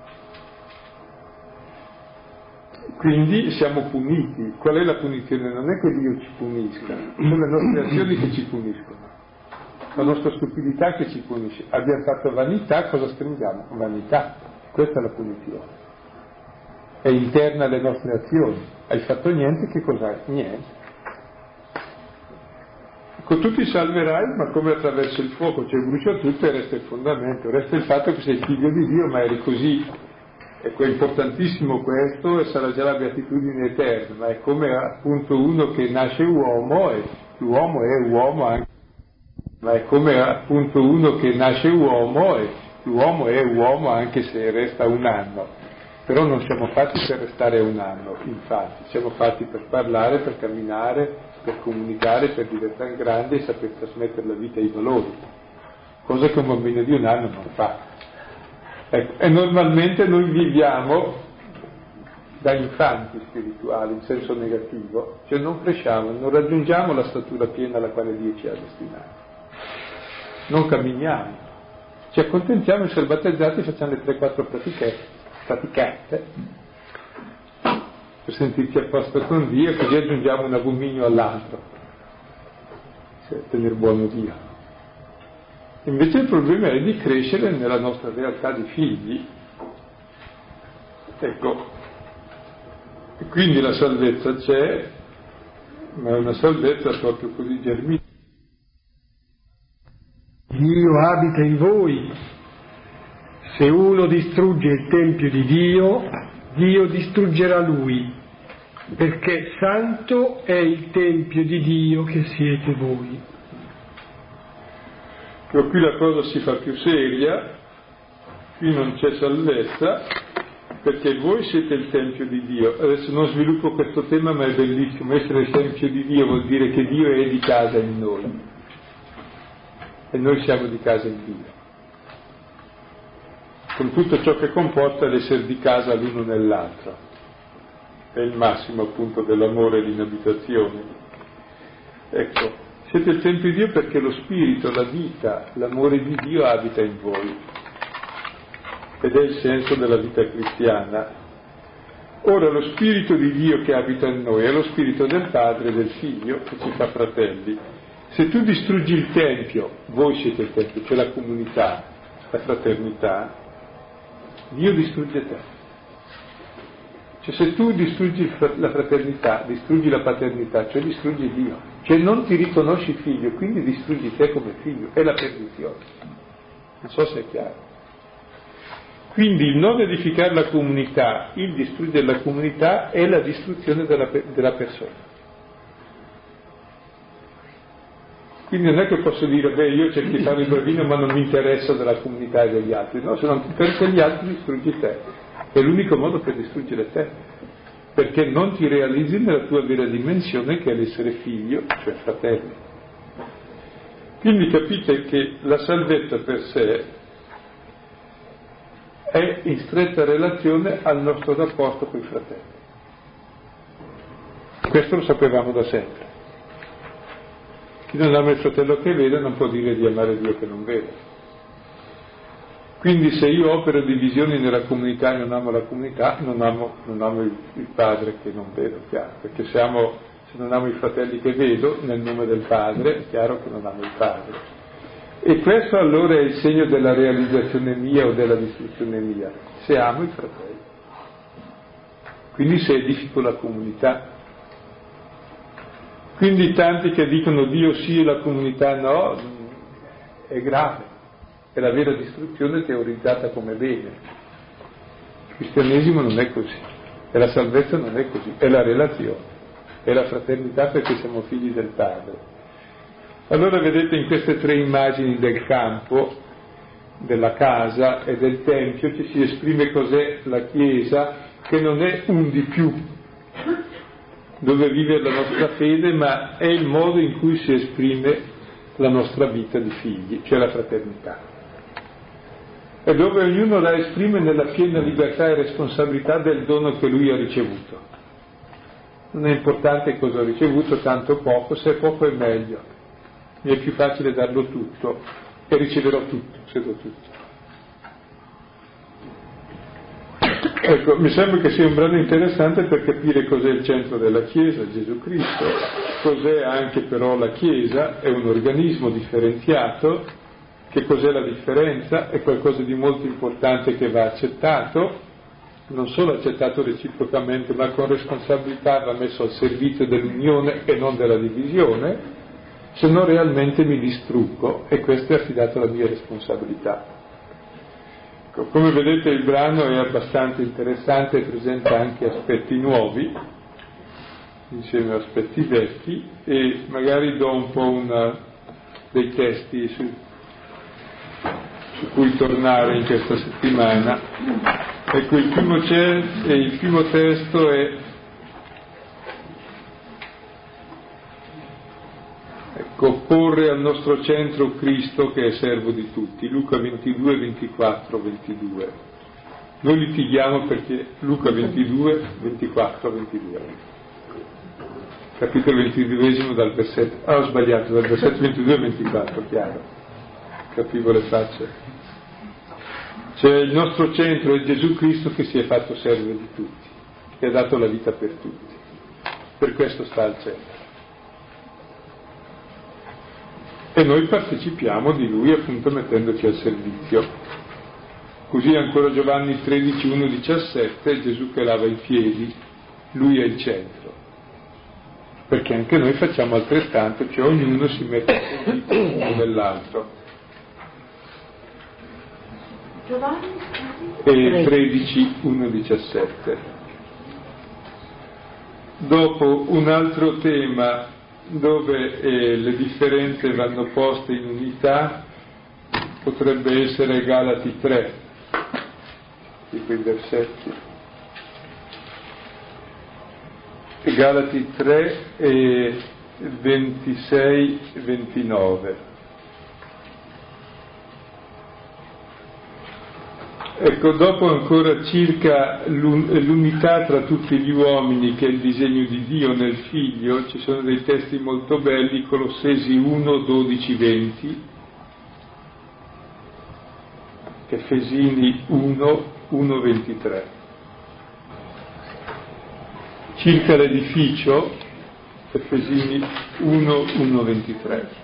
Quindi siamo puniti. Qual è la punizione? Non è che Dio ci punisca, sono le nostre azioni che ci puniscono, la nostra stupidità che ci punisce. Abbiamo fatto vanità, cosa stringiamo? Vanità. Questa è la punizione. È interna alle nostre azioni. Hai fatto niente, che cos'hai? Niente. Ecco, tu ti salverai, ma come attraverso il fuoco, cioè brucia tutto e resta il fondamento, resta il fatto che sei figlio di Dio, ma eri così. Ecco, è importantissimo questo e sarà già la beatitudine eterna, ma è come appunto uno che nasce uomo e l'uomo è uomo anche, ma è come appunto uno che nasce uomo e l'uomo è uomo anche se resta un anno, però non siamo fatti per restare un anno, infatti siamo fatti per parlare, per camminare, per comunicare, per diventare grandi e saper trasmettere la vita e i valori, cosa che un bambino di un anno non fa. Ecco, e normalmente noi viviamo da infanti spirituali in senso negativo, cioè non cresciamo, non raggiungiamo la statura piena alla quale Dio ci ha destinato, non camminiamo, ci accontentiamo di essere battezzati e facciamo le 3-4 praticette per sentirci a posto con Dio, così aggiungiamo un abominio all'altro, cioè tenere buono Dio. Invece il problema è di crescere nella nostra realtà di figli. Ecco, e quindi la salvezza c'è, ma è una salvezza proprio così germinale. Dio abita in voi. Se uno distrugge il Tempio di Dio, Dio distruggerà lui, perché santo è il Tempio di Dio che siete voi. Qui la cosa si fa più seria, qui non c'è salvezza, perché voi siete il Tempio di Dio. Adesso non sviluppo questo tema, ma è bellissimo. Essere il Tempio di Dio vuol dire che Dio è di casa in noi, e noi siamo di casa in Dio, con tutto ciò che comporta l'essere di casa l'uno nell'altro. È il massimo appunto dell'amore e dell'abitazione. Ecco, siete il Tempio di Dio perché lo Spirito, la vita, l'amore di Dio abita in voi, ed è il senso della vita cristiana. Ora lo Spirito di Dio che abita in noi è lo Spirito del Padre e del Figlio che ci fa fratelli. Se tu distruggi il Tempio, voi siete il Tempio, cioè la comunità, la fraternità, Dio distrugge te. Cioè se tu distruggi la fraternità, distruggi la paternità, cioè distruggi Dio, cioè non ti riconosci figlio, quindi distruggi te come figlio, è la perdizione. Non so se è chiaro. Quindi il non edificare la comunità, il distruggere la comunità è la distruzione della persona. Quindi non è che posso dire, beh, io cerco di fare il bravino ma non mi interessa della comunità e degli altri, no, se non ti interessi degli altri distruggi te. È l'unico modo per distruggere te, perché non ti realizzi nella tua vera dimensione che è l'essere figlio, cioè fratello. Quindi capite che la salvezza per sé è in stretta relazione al nostro rapporto con i fratelli. Questo lo sapevamo da sempre. Chi non ama il fratello che vede non può dire di amare Dio che non vede. Quindi se io opero divisioni nella comunità e non amo la comunità, non amo il padre che non vedo, chiaro, perché se non amo i fratelli che vedo, nel nome del padre, è chiaro che non amo il padre. E questo allora è il segno della realizzazione mia o della distruzione mia, se amo i fratelli. Quindi se edifico la comunità. Quindi tanti che dicono Dio sì e la comunità no, è grave. È la vera distruzione teorizzata come bene. Il cristianesimo non è così, e la salvezza non è così, è la relazione, è la fraternità perché siamo figli del Padre. Allora vedete in queste 3 immagini del campo, della casa e del Tempio ci si esprime cos'è la Chiesa, che non è un di più dove vive la nostra fede, ma è il modo in cui si esprime la nostra vita di figli, cioè la fraternità. E dove ognuno la esprime nella piena libertà e responsabilità del dono che lui ha ricevuto. Non è importante cosa ho ricevuto, tanto poco, se è poco è meglio. Mi è più facile darlo tutto e riceverò tutto, se do tutto. Ecco, mi sembra che sia un brano interessante per capire cos'è il centro della Chiesa, Gesù Cristo, cos'è anche però la Chiesa, è un organismo differenziato, che cos'è la differenza, è qualcosa di molto importante che va accettato, non solo accettato reciprocamente, ma con responsabilità va messo al servizio dell'unione e non della divisione, se no realmente mi distruggo e questo è affidato alla mia responsabilità. Come vedete il brano è abbastanza interessante e presenta anche aspetti nuovi, insieme a aspetti vecchi, e magari do un po' dei testi su cui tornare in questa settimana. Ecco, il primo testo è porre al nostro centro Cristo che è servo di tutti, Luca 22, 24, 22. Noi litighiamo perché Luca 22, 24, 22. Capitolo 22 dal versetto, ho sbagliato, dal versetto 22 al 24, chiaro, capivo le facce. Cioè il nostro centro è Gesù Cristo che si è fatto servo di tutti, che ha dato la vita per tutti, per questo sta al centro. E noi partecipiamo di Lui appunto mettendoci al servizio. Così ancora Giovanni 13, 1, 17, Gesù che lava i piedi, Lui è il centro. Perché anche noi facciamo altrettanto, cioè ognuno si mette al servizio l'uno dell'altro. E 13, 1, 17. Dopo un altro tema dove le differenze vanno poste in unità potrebbe essere Galati 3, di quei versetti. Galati 3 e 26 e 29. Ecco, dopo ancora circa l'unità tra tutti gli uomini che è il disegno di Dio nel Figlio, ci sono dei testi molto belli, Colossesi 1, 12, 20, Efesini 1, 1, 23. Circa l'edificio, Efesini 1, 1, 23.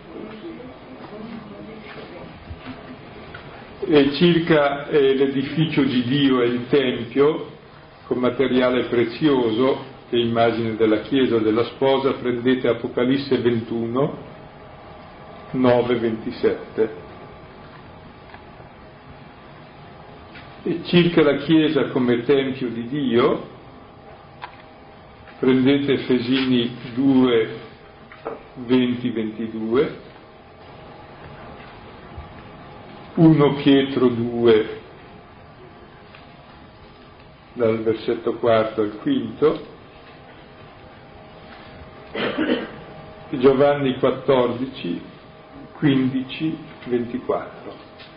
E circa l'edificio di Dio e il Tempio, con materiale prezioso, che è immagine della Chiesa, della sposa, prendete Apocalisse 21, 9, 27. E circa la Chiesa come Tempio di Dio, prendete Efesini 2, 20, 22, 1 Pietro 2, dal versetto 4 al 5, Giovanni 14, 15, 24.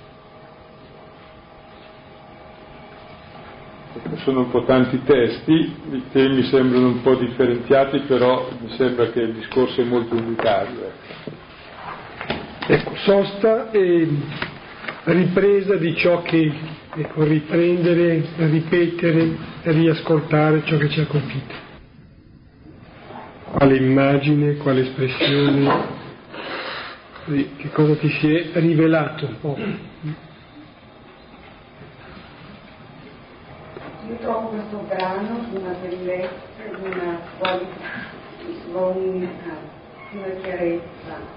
Sono un po' tanti testi, i temi sembrano un po' differenziati, però mi sembra che il discorso è molto unitario. Ecco, sosta e ripresa di ciò che, riprendere, ripetere, riascoltare ciò che ci ha colpito. Quale immagine, quale espressione, che cosa ti si è rivelato un po'. Io trovo questo brano di una bellezza, di una qualità, di una chiarezza.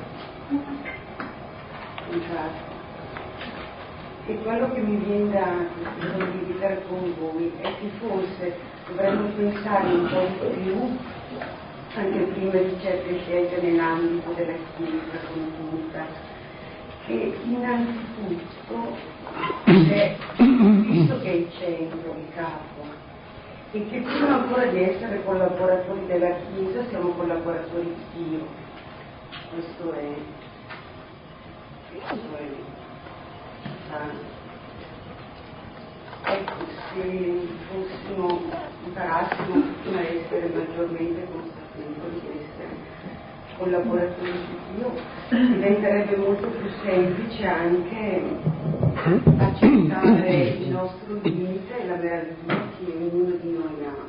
E quello che mi viene da condividere con voi è che forse dovremmo pensare un po' di più, anche prima di certe scelte nell'ambito della Chiesa congiunta, che innanzitutto c'è Cristo che è il centro, il capo, e che prima ancora di essere collaboratori della Chiesa siamo collaboratori di Dio. Questo è. Ecco, se imparassimo a essere maggiormente consapevoli di essere collaboratori di Dio, diventerebbe molto più semplice anche accettare il nostro limite e la meraviglia che ognuno di noi ha.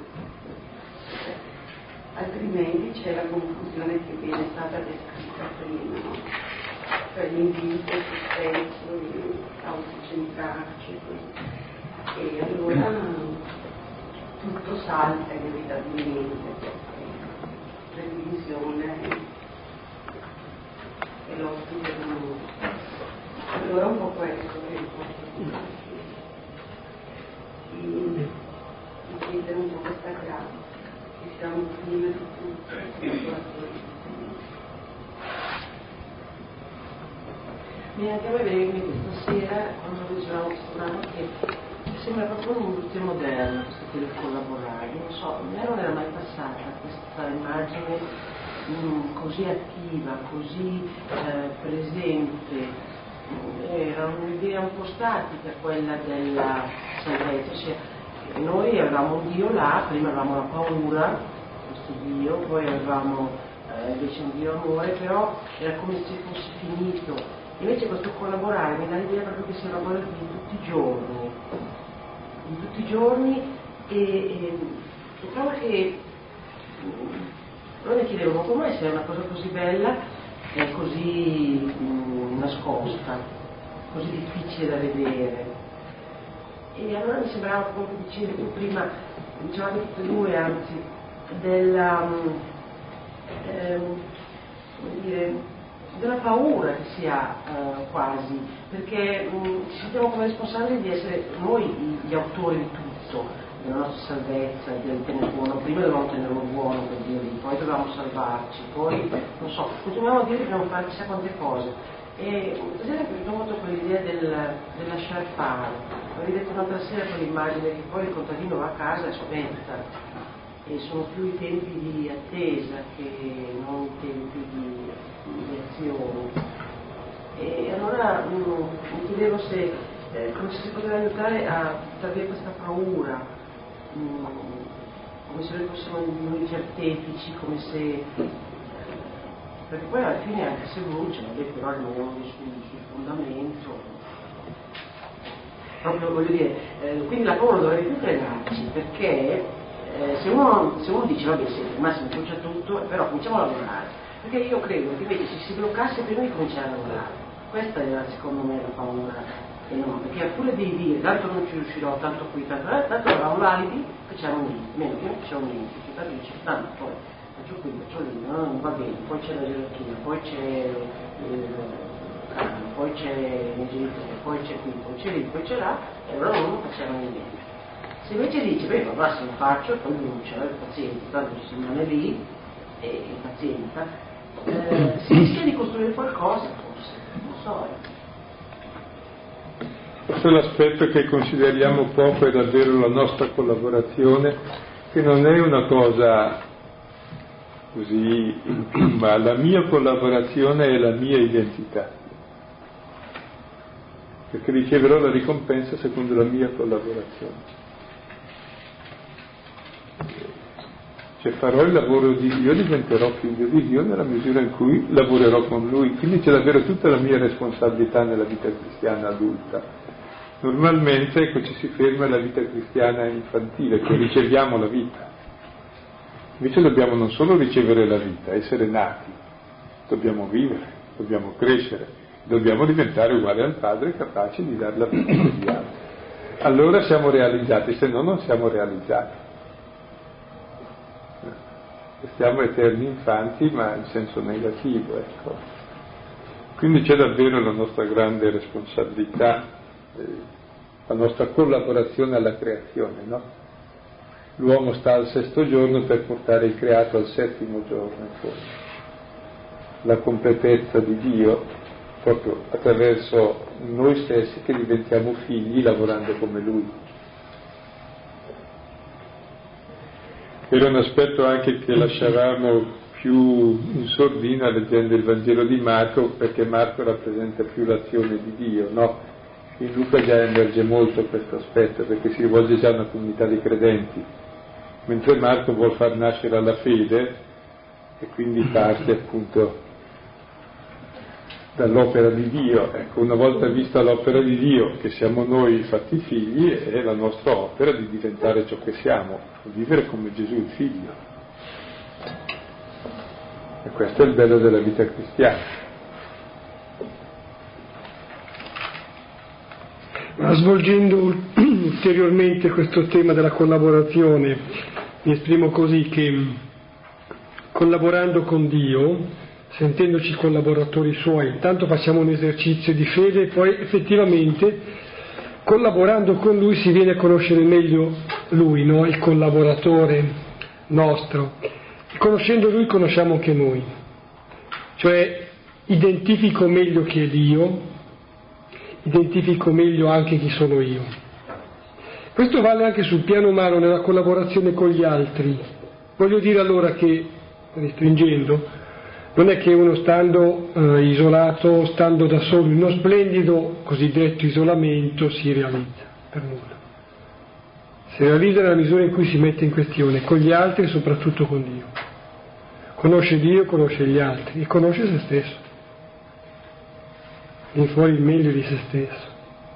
Altrimenti c'è la confusione che viene stata descritta prima, no? Cioè l'invito, il suspenso, l'autocentrarci, e allora tutto salta inevitabilmente, la divisione e l'ospite dell'uomo. Allora un po' questo è il posto di chiedere un po' questa grazia, che siamo prima di tutto. Anche a me viene questa sera, quando dicevamo strano, che sembra proprio un'industria moderna questo del collaborare. Non so, a me non era mai passata questa immagine così attiva, così presente. Era un'idea un po' statica quella della salvezza, cioè noi avevamo un Dio là, prima avevamo la paura, questo Dio, poi avevamo invece un Dio amore, però era come se fosse finito. Invece questo collaborare mi dà l'idea proprio che sia una cosa di tutti i giorni, e trovo che allora mi chiedevo, ma come sia una cosa così bella e così nascosta, così difficile da vedere? E allora mi sembrava, come dicevi tu prima, dicevate tutte e due anzi, della come dire, della paura che si ha quasi, perché ci sentiamo come responsabili di essere noi gli autori di tutto, della nostra salvezza, del tenere buono. Prima dovevamo tenerlo buono, per dire, poi dovevamo salvarci, poi non so, continuiamo a dire che dobbiamo fare chissà quante cose. E per esempio mi è molto quell'idea del lasciar fare. Avevi detto un'altra sera quell'immagine che poi il contadino va a casa e aspetta, e sono più i tempi di attesa che non i tempi di azione. E allora mi chiedevo se come ci si poteva aiutare a buttare via questa paura, come se noi fossimo noi artefici, come se perché poi alla fine anche se brucia, però rimaniamo sul fondamento. Proprio voglio dire, quindi la paura dovrebbe più fregarci, perché se uno dice vabbè sì, al massimo brucia tutto, però cominciamo a lavorare, perché io credo che invece se si bloccasse prima di cominciare a lavorare, questa era secondo me la paura enorme, perché pure di dire tanto non ci riuscirò, tanto qui, tanto avevamo l'alibi, facciamo niente, meno che non facciamo niente, tanto dice tanto poi faccio qui, faccio lì, non va bene, poi c'è la gerarchia, poi c'è poi c'è i genitori, poi c'è qui, poi c'è lì, poi c'è là, e allora non facciamo niente. Se invece dice, beh, ma se lo faccio e poi brucia, pazienza, tanto si rimane lì, e pazienza, si rischia di costruire qualcosa forse, non so. Questo è l'aspetto che consideriamo poco, è davvero la nostra collaborazione, che non è una cosa così, ma la mia collaborazione è la mia identità, perché riceverò la ricompensa secondo la mia collaborazione. Cioè farò il lavoro di Dio, diventerò figlio di Dio nella misura in cui lavorerò con Lui, quindi c'è davvero tutta la mia responsabilità nella vita cristiana adulta. Normalmente ecco, ci si ferma alla vita cristiana infantile, che riceviamo la vita. Invece dobbiamo non solo ricevere la vita, essere nati, dobbiamo vivere, dobbiamo crescere, dobbiamo diventare uguali al Padre, capaci di dare la vita agli altri. Allora siamo realizzati, se no non siamo realizzati. Siamo eterni infanti, ma in senso negativo, ecco. Quindi c'è davvero la nostra grande responsabilità, la nostra collaborazione alla creazione, no? L'uomo sta al 6° giorno per portare il creato al 7° giorno, in fondo. La completezza di Dio, proprio attraverso noi stessi che diventiamo figli lavorando come Lui. Era un aspetto anche che lasciavamo più in sordina leggendo il Vangelo di Marco, perché Marco rappresenta più l'azione di Dio, no? In Luca già emerge molto questo aspetto, perché si rivolge già a una comunità di credenti, mentre Marco vuol far nascere la fede e quindi parte appunto dall'opera di Dio. Ecco, una volta vista l'opera di Dio, che siamo noi fatti figli, è la nostra opera di diventare ciò che siamo, vivere come Gesù il Figlio. E questo è il bello della vita cristiana. Ma svolgendo ulteriormente questo tema della collaborazione, mi esprimo così che collaborando con Dio, sentendoci collaboratori suoi, intanto facciamo un esercizio di fede e poi effettivamente collaborando con Lui si viene a conoscere meglio Lui, no? Il collaboratore nostro. E conoscendo Lui conosciamo anche noi, cioè identifico meglio chi è Dio, identifico meglio anche chi sono io. Questo vale anche sul piano umano, nella collaborazione con gli altri. Voglio dire allora che, restringendo, non è che uno stando isolato, stando da solo, in uno splendido cosiddetto isolamento si realizza, per nulla. Si realizza nella misura in cui si mette in questione con gli altri e soprattutto con Dio. Conosce Dio, conosce gli altri e conosce se stesso. Viene fuori il meglio di se stesso.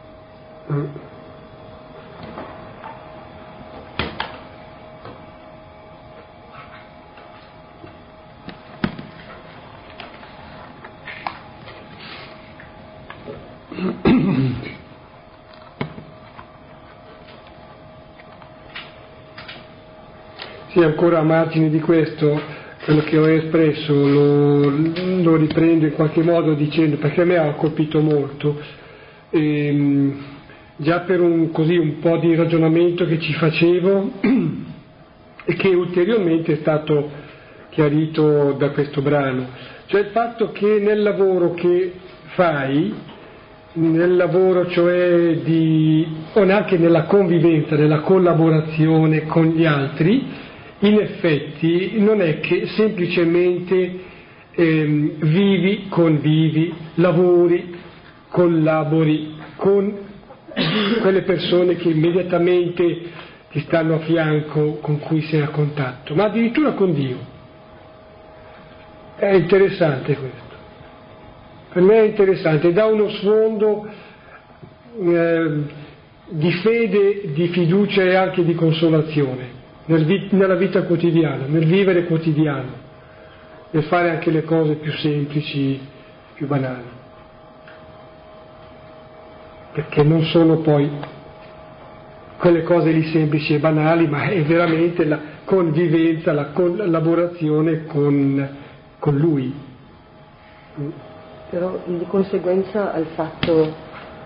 Sì, ancora a margine di questo, quello che ho espresso lo riprendo in qualche modo dicendo, perché a me ha colpito molto, già per un po' di ragionamento che ci facevo e che ulteriormente è stato chiarito da questo brano, cioè il fatto che nel lavoro che fai, nel lavoro cioè o anche nella convivenza, nella collaborazione con gli altri, in effetti non è che semplicemente vivi, convivi, lavori, collabori con quelle persone che immediatamente ti stanno a fianco, con cui sei a contatto, ma addirittura con Dio. È interessante questo. Per me è interessante, dà uno sfondo di fede, di fiducia e anche di consolazione nella vita quotidiana, nel vivere quotidiano, nel fare anche le cose più semplici, più banali. Perché non sono poi quelle cose lì semplici e banali, ma è veramente la convivenza, la collaborazione con Lui. Però di conseguenza al fatto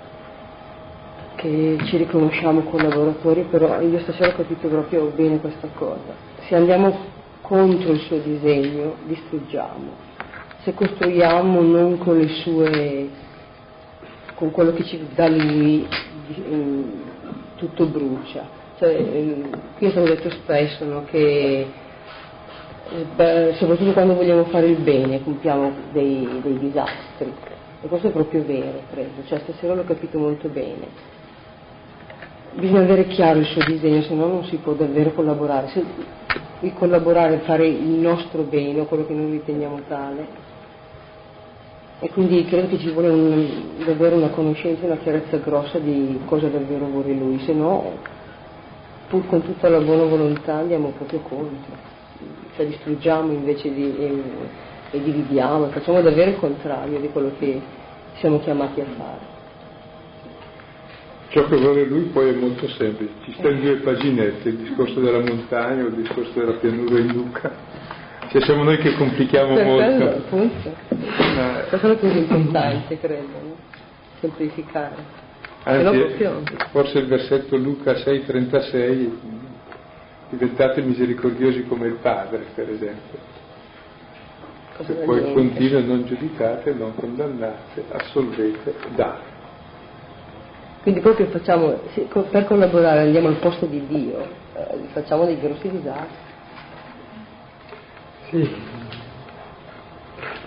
che ci riconosciamo collaboratori, però io stasera ho capito proprio bene questa cosa. Se andiamo contro il suo disegno, distruggiamo. Se costruiamo non con le sue, con quello che ci dà lui, tutto brucia. Cioè, qui è stato detto spesso, no, che soprattutto quando vogliamo fare il bene compiamo dei disastri, e questo è proprio vero, credo, cioè stasera l'ho capito molto bene. Bisogna avere chiaro il suo disegno, se no non si può davvero collaborare. Il collaborare, fare il nostro bene o quello che noi riteniamo tale, e quindi credo che ci vuole davvero una conoscenza, una chiarezza grossa di cosa davvero vuole lui, se no pur con tutta la buona volontà andiamo proprio contro, cioè distruggiamo invece e dividiamo, facciamo davvero il contrario di quello che siamo chiamati a fare. Ciò che vuole lui poi è molto semplice, ci sta in 2 paginette, il discorso della montagna o il discorso della pianura in Luca, cioè siamo noi che complichiamo molto. Appunto, questo è la cosa importante, credo, no? Semplificare. Anzi, forse il versetto Luca 6,36, diventate misericordiosi come il Padre, per esempio. Se poi continua, non giudicate, non condannate, assolvete, date. Quindi proprio facciamo, per collaborare andiamo al posto di Dio, facciamo dei grossi disastri. Sì,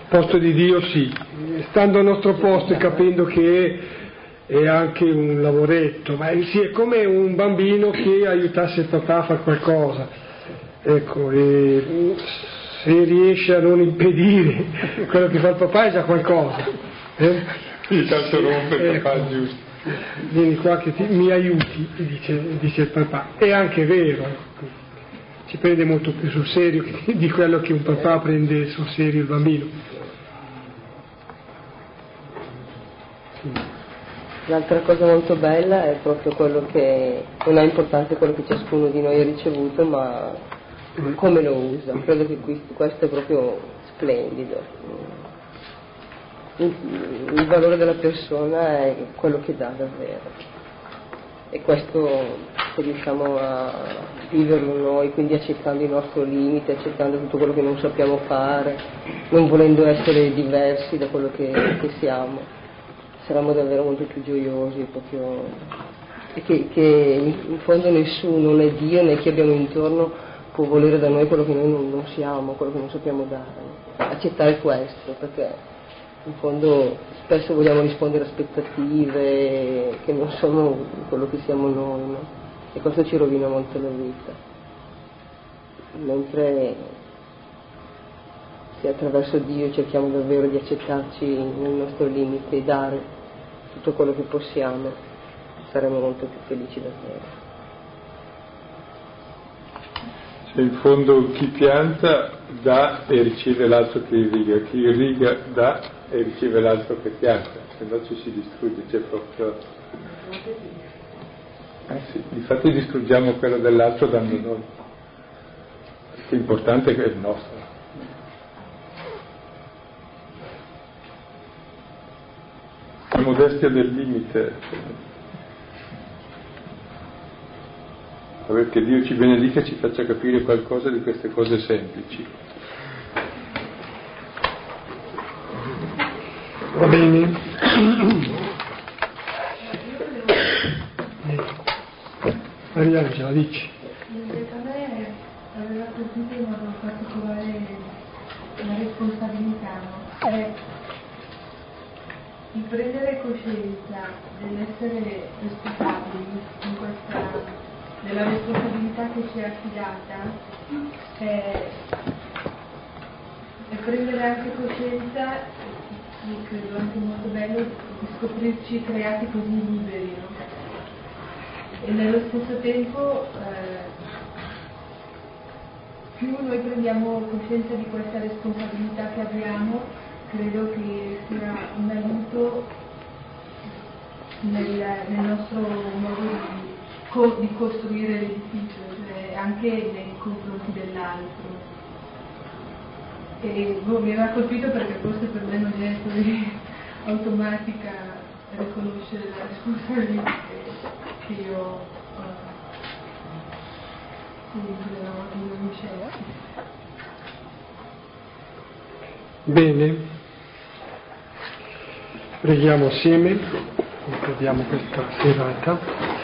posto di Dio sì, stando al nostro posto e capendo che è anche un lavoretto, ma sì, è come un bambino che aiutasse il papà a fare qualcosa, ecco, e se riesce a non impedire quello che fa il papà è già qualcosa. Tanto rompe il papà, giusto. Vieni qua che mi aiuti, dice il papà. È anche vero, ci prende molto più sul serio di quello che un papà prende sul serio il bambino. L'altra cosa molto bella è proprio quello che non ha importanza quello che ciascuno di noi ha ricevuto, ma come lo usa. Credo che questo è proprio splendido. Il valore della persona è quello che dà davvero, e questo se riusciamo a viverlo noi, quindi accettando il nostro limite, accettando tutto quello che non sappiamo fare, non volendo essere diversi da quello che siamo, saremo davvero molto più gioiosi proprio, e che in fondo nessuno, né Dio né chi abbiamo intorno, può volere da noi quello che noi non siamo, quello che non sappiamo dare. Accettare questo, perché in fondo spesso vogliamo rispondere a aspettative che non sono quello che siamo noi, no? E questo ci rovina molto la vita, mentre se attraverso Dio cerchiamo davvero di accettarci nel nostro limite e dare tutto quello che possiamo, saremo molto più felici davvero. Cioè, in fondo chi pianta dà e riceve l'altro che irriga, chi irriga dà e riceve l'altro che pianta, se no ci si distrugge, c'è proprio... sì, infatti distruggiamo quello dell'altro dando noi, perché l'importante è che è il nostro. La modestia del limite, perché Dio ci benedica e ci faccia capire qualcosa di queste cose semplici. Va bene? Mariangela, dici. A me aveva colpito in modo particolare la responsabilità, no? Di prendere coscienza dell'essere responsabili in della responsabilità che ci è affidata, e prendere anche coscienza, io credo anche molto bello, di scoprirci creati così liberi, no? E nello stesso tempo più noi prendiamo coscienza di questa responsabilità che abbiamo, credo che sia un aiuto nel nostro modo di costruire l'edificio, cioè anche nei confronti dell'altro. E mi aveva colpito perché forse per me non è così automatica riconoscere la responsabilità che io ho in scelti. Bene, preghiamo assieme, concludiamo questa serata.